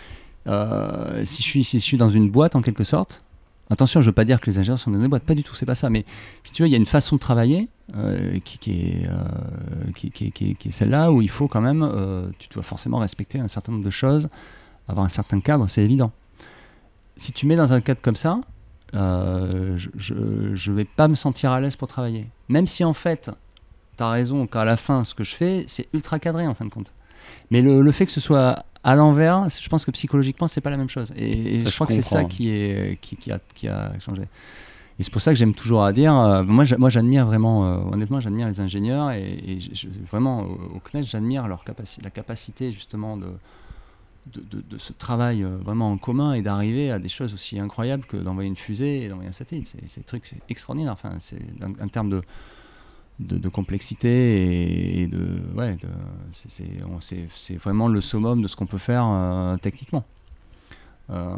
Euh, si, je suis, si je suis dans une boîte en quelque sorte, attention, je ne veux pas dire que les ingénieurs sont dans une boîte, pas du tout, c'est pas ça, mais si tu veux, il y a une façon de travailler euh, qui, qui, est, euh, qui, qui, qui, qui est celle-là où il faut quand même, euh, tu dois forcément respecter un certain nombre de choses, avoir un certain cadre, c'est évident. Si tu mets dans un cadre comme ça, euh, je ne vais pas me sentir à l'aise pour travailler. Même si en fait, tu as raison qu'à la fin, ce que je fais, c'est ultra cadré en fin de compte. Mais le, le fait que ce soit à l'envers, je pense que psychologiquement, c'est pas la même chose. Et, et je, je crois comprends. que c'est ça qui, est, qui, qui, a, qui a changé. Et c'est pour ça que j'aime toujours à dire. Euh, moi, moi, j'admire vraiment, euh, honnêtement, j'admire les ingénieurs. Et, et je, vraiment, au, au C N E S, j'admire leur capaci- la capacité, justement, de, de, de, de ce travail euh, vraiment en commun et d'arriver à des choses aussi incroyables que d'envoyer une fusée et d'envoyer un satellite. C'est, c'est, trucs, c'est extraordinaire. Enfin, c'est en termes de. De, de complexité et de ouais de, c'est, c'est, on, c'est, c'est vraiment le summum de ce qu'on peut faire euh, techniquement euh,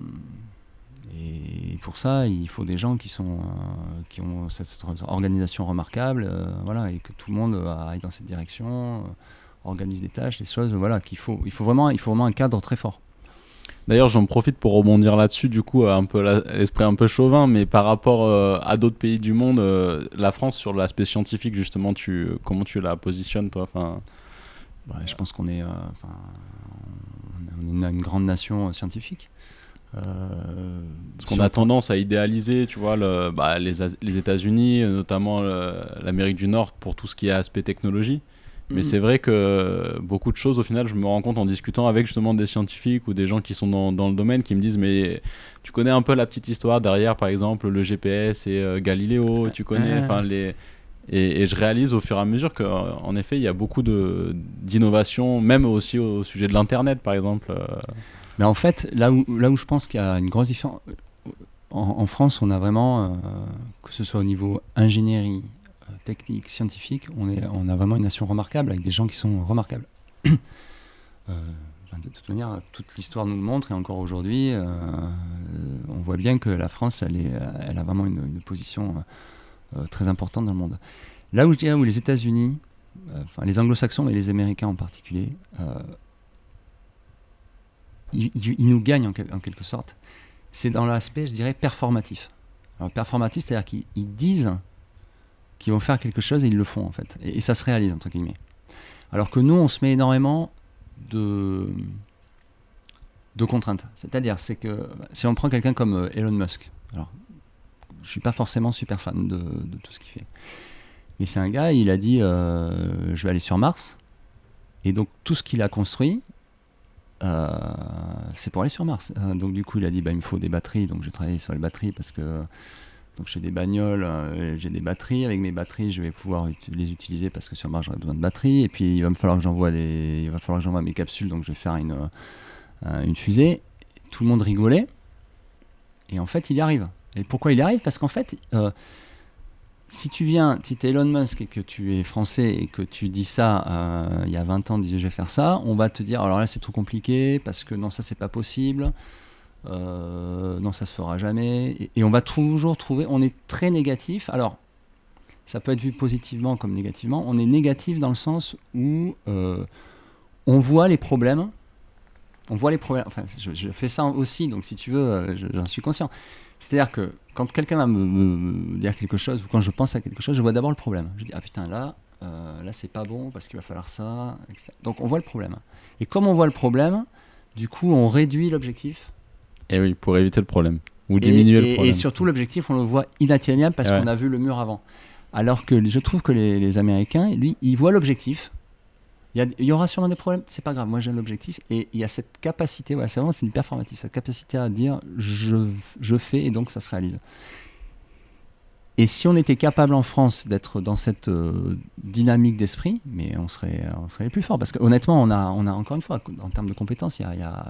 et pour ça il faut des gens qui sont euh, qui ont cette, cette organisation remarquable euh, voilà, et que tout le monde aille dans cette direction, euh, organise des tâches, des choses, voilà, qu'il faut il faut vraiment il faut vraiment un cadre très fort. D'ailleurs, j'en profite pour rebondir là-dessus, du coup, un peu la, l'esprit un peu chauvin, mais par rapport euh, à d'autres pays du monde, euh, la France, sur l'aspect scientifique, justement, tu, comment tu la positionnes, toi enfin... bah, je pense qu'on est, euh, on est une, une grande nation scientifique. Euh, Parce qu'on a prend... tendance à idéaliser, tu vois, le, bah, les, les États-Unis, notamment le, l'Amérique du Nord, pour tout ce qui est aspect technologie. Mais mm-hmm. c'est vrai que beaucoup de choses, au final, je me rends compte en discutant avec justement des scientifiques ou des gens qui sont dans, dans le domaine, qui me disent, mais tu connais un peu la petite histoire derrière, par exemple, le G P S et euh, Galiléo, tu connais, enfin euh... les... Et, et je réalise au fur et à mesure qu'en effet, il y a beaucoup de, d'innovation, même aussi au, au sujet de l'Internet, par exemple. Mais en fait, là où, là où je pense qu'il y a une grosse différence, en, en France, on a vraiment, euh, que ce soit au niveau ingénierie, euh, technique, scientifique, on, est, on a vraiment une nation remarquable, avec des gens qui sont remarquables. euh, de toute manière, toute l'histoire nous le montre, et encore aujourd'hui, euh, on voit bien que la France, elle, est, elle a vraiment une, une position... Euh, Euh, très importante dans le monde. Là où je dirais où les États-Unis, euh, enfin les Anglo-Saxons mais les Américains en particulier, euh, ils, ils, ils nous gagnent en, quel, en quelque sorte, c'est dans l'aspect, je dirais, performatif. Alors performatif, c'est-à-dire qu'ils ils disent qu'ils vont faire quelque chose et ils le font en fait, et, et ça se réalise entre guillemets. Alors que nous, on se met énormément de de contraintes. C'est-à-dire, c'est que si on prend quelqu'un comme Elon Musk, alors je ne suis pas forcément super fan de, de tout ce qu'il fait. Mais c'est un gars, il a dit euh, je vais aller sur Mars. Et donc tout ce qu'il a construit, euh, c'est pour aller sur Mars. Euh, donc du coup, il a dit bah, il me faut des batteries. Donc je travaille sur les batteries parce que donc, j'ai des bagnoles, euh, j'ai des batteries. Avec mes batteries, je vais pouvoir ut- les utiliser parce que sur Mars, j'aurai besoin de batteries. Et puis il va me falloir que j'envoie, des, il va falloir que j'envoie mes capsules. Donc je vais faire une, euh, une fusée. Tout le monde rigolait. Et en fait, il y arrive. Et pourquoi il y arrive ? Parce qu'en fait, euh, si tu viens, si tu es Elon Musk et que tu es français et que tu dis ça euh, il y a vingt ans, dis, je vais faire ça, on va te dire alors là c'est trop compliqué parce que non, ça c'est pas possible, euh, non, ça se fera jamais. Et, et on va toujours trouver, on est très négatif. Alors, ça peut être vu positivement comme négativement. On est négatif dans le sens où euh, on voit les problèmes. On voit les problèmes. Enfin, je, je fais ça aussi, donc si tu veux, je, j'en suis conscient. C'est-à-dire que quand quelqu'un va me, me, me dire quelque chose ou quand je pense à quelque chose, je vois d'abord le problème. Je dis ah putain là, euh, là c'est pas bon parce qu'il va falloir ça, et cetera. Donc on voit le problème. Et comme on voit le problème, du coup on réduit l'objectif. Et oui, pour éviter le problème ou diminuer et, le et, problème. Et surtout l'objectif, on le voit inatteignable parce ouais. qu'on a vu le mur avant. Alors que je trouve que les, les Américains, lui, ils voient l'objectif. Il y, a, il y aura sûrement des problèmes, c'est pas grave, moi j'ai l'objectif. Et il y a cette capacité, ouais, c'est vraiment c'est une performative, cette capacité à dire je, je fais et donc ça se réalise. Et si on était capable en France d'être dans cette euh, dynamique d'esprit, mais on serait, on serait les plus forts. Parce qu'honnêtement, on a, on a encore une fois, en termes de compétences, il y a, il y a,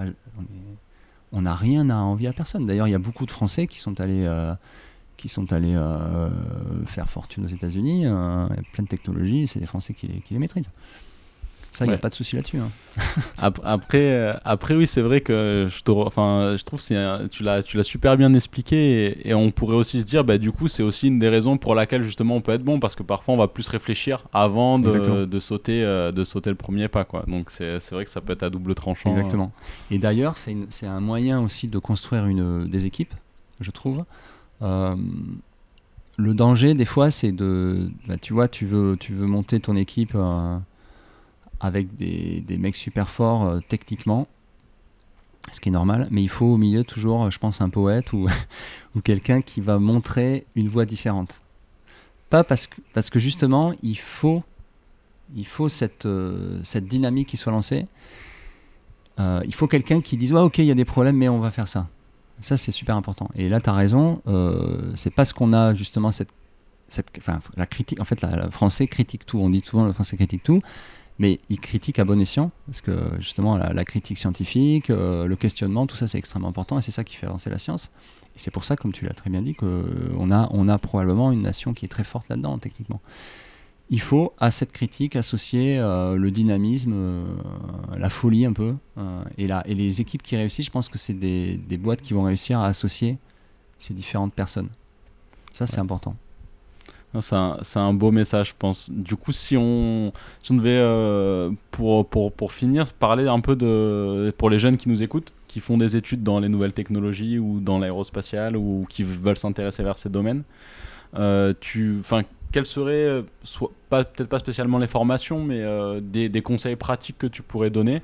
on n'a rien à envier à personne. D'ailleurs, il y a beaucoup de Français qui sont allés, euh, qui sont allés euh, faire fortune aux États-Unis. Euh, il y a plein de technologies, et c'est les Français qui les, qui les maîtrisent. Ça, il n'y a ouais. pas de souci là-dessus. Hein. après, euh, après, oui, c'est vrai que je, te re... enfin, je trouve que c'est un... tu, l'as, tu l'as super bien expliqué et, et on pourrait aussi se dire, bah, du coup, c'est aussi une des raisons pour laquelle justement on peut être bon parce que parfois on va plus réfléchir avant de, de, sauter, euh, de sauter le premier pas. Quoi. Donc c'est, c'est vrai que ça peut être à double tranchant. Exactement. Et d'ailleurs, c'est, une, c'est un moyen aussi de construire une, des équipes, je trouve. Euh, le danger, des fois, c'est de. Bah, tu vois, tu veux, tu veux monter ton équipe. Euh, avec des, des mecs super forts euh, techniquement, ce qui est normal, mais il faut au milieu toujours, je pense, un poète ou, ou quelqu'un qui va montrer une voie différente. Pas parce que, parce que justement, il faut, il faut cette, euh, cette dynamique qui soit lancée. Euh, il faut quelqu'un qui dise ouais, ok, il y a des problèmes, mais on va faire ça. Ça, c'est super important. Et là, tu as raison, euh, c'est parce qu'on a justement cette, cette enfin, la critique. En fait, la, la français critique tout. On dit souvent le français critique tout. Mais il critique à bon escient, parce que justement la, la critique scientifique, euh, le questionnement, tout ça c'est extrêmement important et c'est ça qui fait avancer la science. Et c'est pour ça, comme tu l'as très bien dit, qu'on a, on a probablement une nation qui est très forte là-dedans, techniquement. Il faut à cette critique associer euh, le dynamisme, euh, la folie un peu. Euh, et, la, et les équipes qui réussissent, je pense que c'est des, des boîtes qui vont réussir à associer ces différentes personnes. Ça c'est ouais. important. C'est un, c'est un beau message, je pense. Du coup, si on, si on devait, euh, pour, pour, pour finir, parler un peu de, pour les jeunes qui nous écoutent, qui font des études dans les nouvelles technologies ou dans l'aérospatiale ou qui veulent s'intéresser vers ces domaines, euh, tu, enfin, quelles seraient, soit, pas, peut-être pas spécialement les formations, mais euh, des, des conseils pratiques que tu pourrais donner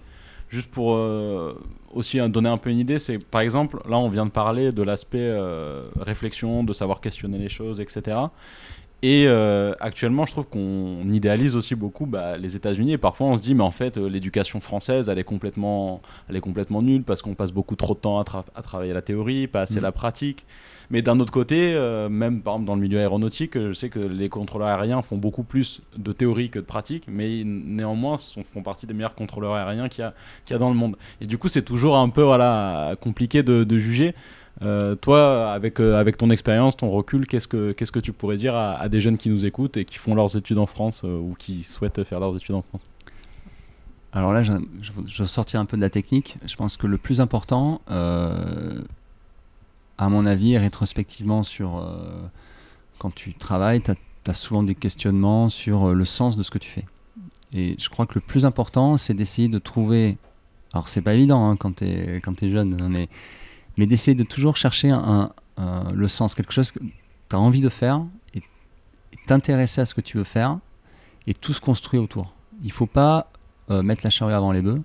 juste pour euh, aussi hein, donner un peu une idée, c'est par exemple, là on vient de parler de l'aspect euh, réflexion, de savoir questionner les choses, et cetera. Et euh, actuellement, je trouve qu'on idéalise aussi beaucoup bah, les États-Unis. Et parfois, on se dit, mais en fait, euh, l'éducation française, elle est complètement, elle est complètement nulle parce qu'on passe beaucoup trop de temps à, tra- à travailler la théorie, pas assez Mmh. la pratique. Mais d'un autre côté, euh, même par exemple dans le milieu aéronautique, euh, je sais que les contrôleurs aériens font beaucoup plus de théorie que de pratique, mais néanmoins, sont, font partie des meilleurs contrôleurs aériens qu'il y a, qu'il y a dans le monde. Et du coup, c'est toujours un peu voilà, compliqué de, de juger. Euh, toi, avec, euh, avec ton expérience, ton recul, qu'est-ce que, qu'est-ce que tu pourrais dire à, à des jeunes qui nous écoutent et qui font leurs études en France euh, ou qui souhaitent faire leurs études en France? Alors là, je, je, je vais sortir un peu de la technique. Je pense que le plus important, euh, à mon avis, rétrospectivement, sur, euh, quand tu travailles, tu as souvent des questionnements sur euh, le sens de ce que tu fais. Et je crois que le plus important, c'est d'essayer de trouver... Alors, c'est pas évident hein, quand tu es quand t'es jeune, hein, mais... mais d'essayer de toujours chercher un, un, le sens, quelque chose que tu as envie de faire et, et t'intéresser à ce que tu veux faire et tout se construit autour. Il ne faut pas euh, mettre la charrue avant les bœufs.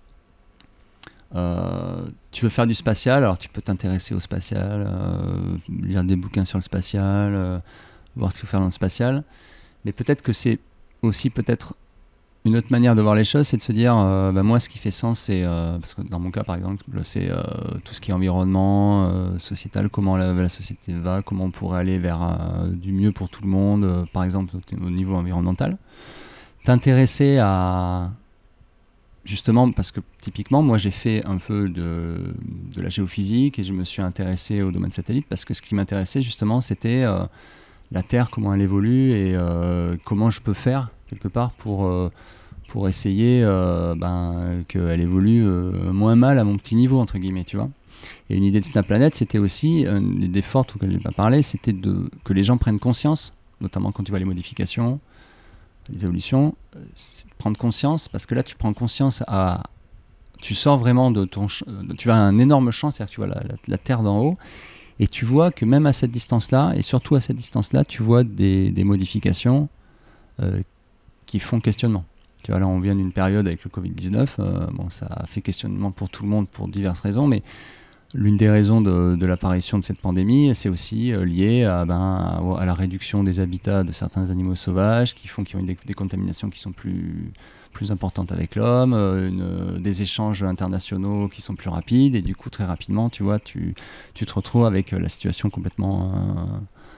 Euh, tu veux faire du spatial, alors tu peux t'intéresser au spatial, euh, lire des bouquins sur le spatial, euh, voir ce qu'il faut faire dans le spatial, mais peut-être que c'est aussi peut-être une autre manière de voir les choses, c'est de se dire, euh, bah moi, ce qui fait sens, c'est, euh, parce que dans mon cas, par exemple, c'est euh, tout ce qui est environnement, euh, sociétal, comment la, la société va, comment on pourrait aller vers euh, du mieux pour tout le monde, euh, par exemple, au, au niveau environnemental. T'intéresser à, justement, parce que typiquement, moi, j'ai fait un peu de, de la géophysique et je me suis intéressé au domaine satellite parce que ce qui m'intéressait, justement, c'était euh, la Terre, comment elle évolue et euh, comment je peux faire, quelque part, pour... Euh, pour essayer euh, ben, qu'elle évolue euh, moins mal à mon petit niveau, entre guillemets, tu vois. Et une idée de SnapPlanet, c'était aussi, une idée forte auquel je n'ai pas parlé, c'était de, que les gens prennent conscience, notamment quand tu vois les modifications, les évolutions, c'est de prendre conscience, parce que là, tu prends conscience à... Tu sors vraiment de ton... Tu as un énorme champ, c'est-à-dire que tu vois la, la, la Terre d'en haut, et tu vois que même à cette distance-là, et surtout à cette distance-là, tu vois des, des modifications euh, qui font questionnement. Tu vois, là, on vient d'une période avec le covid dix-neuf. Euh, bon, ça a fait questionnement pour tout le monde pour diverses raisons, mais l'une des raisons de, de l'apparition de cette pandémie, c'est aussi euh, lié à, ben, à, à la réduction des habitats de certains animaux sauvages qui font qu'ils ont des, des contaminations qui sont plus, plus importantes avec l'homme, euh, une, des échanges internationaux qui sont plus rapides, et du coup, très rapidement, tu vois, tu, tu te retrouves avec la situation complètement euh,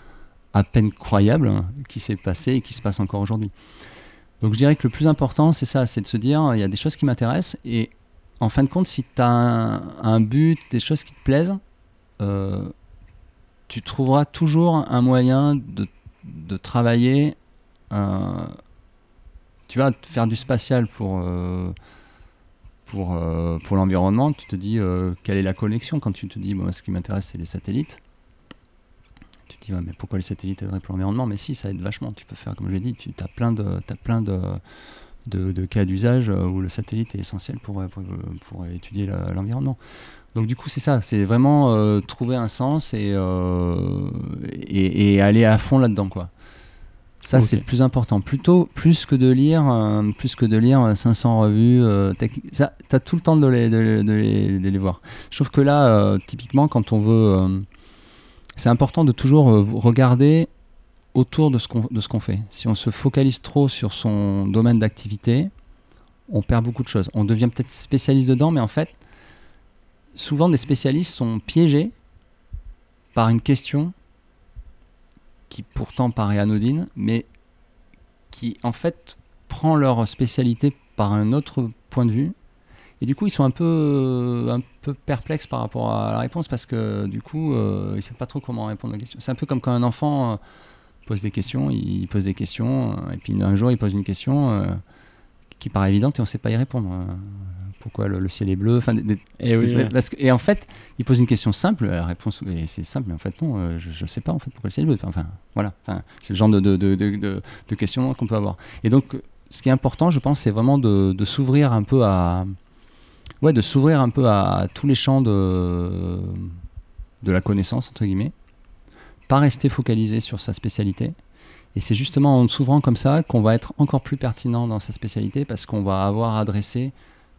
à peine croyable hein, qui s'est passée et qui se passe encore aujourd'hui. Donc je dirais que le plus important, c'est ça, c'est de se dire, il y a des choses qui m'intéressent, et en fin de compte, si tu as un, un but, des choses qui te plaisent, euh, tu trouveras toujours un moyen de, de travailler, euh, tu vas faire du spatial pour, euh, pour, euh, pour l'environnement, tu te dis euh, quelle est la connexion quand tu te dis, bon, ce qui m'intéresse, c'est les satellites. Tu te dis, ouais, mais pourquoi les satellites aideraient pour l'environnement? Mais si, ça aide vachement. Tu peux faire, comme je l'ai dit, tu as plein de, t'as plein de, de, de cas d'usage où le satellite est essentiel pour, pour, pour étudier la, l'environnement. Donc du coup, c'est ça. C'est vraiment euh, trouver un sens et, euh, et, et aller à fond là-dedans, quoi. Ça, okay. C'est le plus important. Plutôt, plus que de lire, euh, plus que de lire cinq cents revues, euh, ça, t'as tout le temps de les, de, de les, de les voir. Je trouve que là, euh, typiquement, quand on veut... Euh, c'est important de toujours euh, regarder autour de ce, qu'on, de ce qu'on fait. Si on se focalise trop sur son domaine d'activité, on perd beaucoup de choses. On devient peut-être spécialiste dedans, mais en fait, souvent des spécialistes sont piégés par une question qui pourtant paraît anodine, mais qui en fait prend leur spécialité par un autre point de vue. Et du coup, ils sont un peu, un peu perplexes par rapport à la réponse parce que du coup, euh, ils ne savent pas trop comment répondre à la question. C'est un peu comme quand un enfant euh, pose des questions, il pose des questions, euh, et puis un jour, il pose une question euh, qui paraît évidente et on ne sait pas y répondre. Euh, pourquoi le, le ciel est bleu enfin, des, des, et, oui, des, oui. Parce que, et en fait, il pose une question simple, la réponse c'est simple, mais en fait, non, euh, je ne sais pas en fait pourquoi le ciel est bleu. Enfin, voilà, enfin, c'est le genre de, de, de, de, de, de questions qu'on peut avoir. Et donc, ce qui est important, je pense, c'est vraiment de, de s'ouvrir un peu à... Ouais, de s'ouvrir un peu à, à tous les champs de, de la connaissance, entre guillemets, pas rester focalisé sur sa spécialité. Et c'est justement en s'ouvrant comme ça qu'on va être encore plus pertinent dans sa spécialité parce qu'on va avoir adressé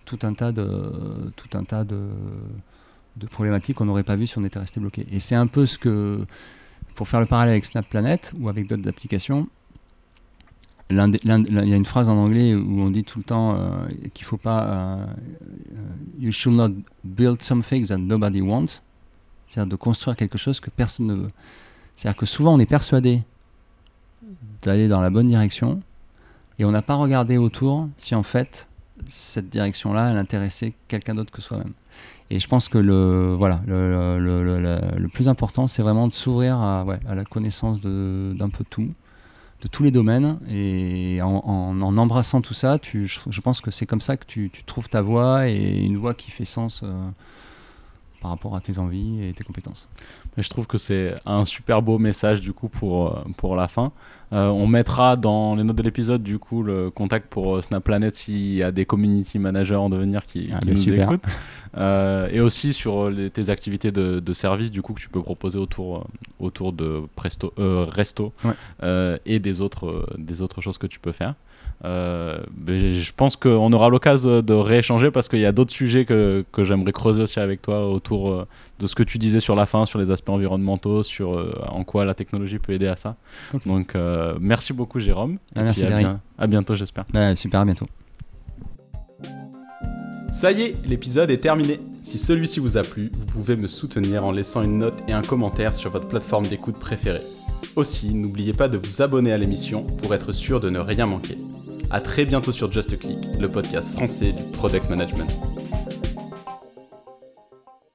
tout un tas de, tout un tas de, de problématiques qu'on n'aurait pas vues si on était resté bloqué. Et c'est un peu ce que, pour faire le parallèle avec Snap Planet ou avec d'autres applications, l'un des, l'un, il y a une phrase en anglais où on dit tout le temps euh, qu'il ne faut pas euh, you should not build something that nobody wants, c'est-à-dire de construire quelque chose que personne ne veut. C'est-à-dire que souvent on est persuadé d'aller dans la bonne direction et on n'a pas regardé autour si en fait cette direction-là elle intéressait quelqu'un d'autre que soi-même. Et je pense que le, voilà, le, le, le, le, le plus important c'est vraiment de s'ouvrir à, ouais, à la connaissance de, d'un peu tout, de tous les domaines, et en, en, en embrassant tout ça, tu, je, je pense que c'est comme ça que tu, tu trouves ta voie, et une voie qui fait sens euh, par rapport à tes envies et tes compétences. Mais je trouve que c'est un super beau message du coup pour, pour la fin. Euh, on mettra dans les notes de l'épisode du coup le contact pour Snap Planet s'il y a des community managers en devenir qui, ah, qui nous super. écoutent. Euh, et aussi sur les, tes activités de, de service du coup que tu peux proposer autour, autour de Presto, euh, Resto ouais. euh, et des autres, des autres choses que tu peux faire. Euh, je pense qu'on aura l'occasion de rééchanger parce qu'il y a d'autres sujets que, que j'aimerais creuser aussi avec toi autour euh, de ce que tu disais sur la fin, sur les aspects environnementaux, sur euh, en quoi la technologie peut aider à ça. Okay. Donc euh, merci beaucoup Jérôme. Ah, et merci puis à, bien, à bientôt j'espère. Ouais, super, à bientôt. Ça y est, l'épisode est terminé. Si celui-ci vous a plu, vous pouvez me soutenir en laissant une note et un commentaire sur votre plateforme d'écoute préférée. Aussi, n'oubliez pas de vous abonner à l'émission pour être sûr de ne rien manquer. À très bientôt sur Just a Click, le podcast français du Product Management.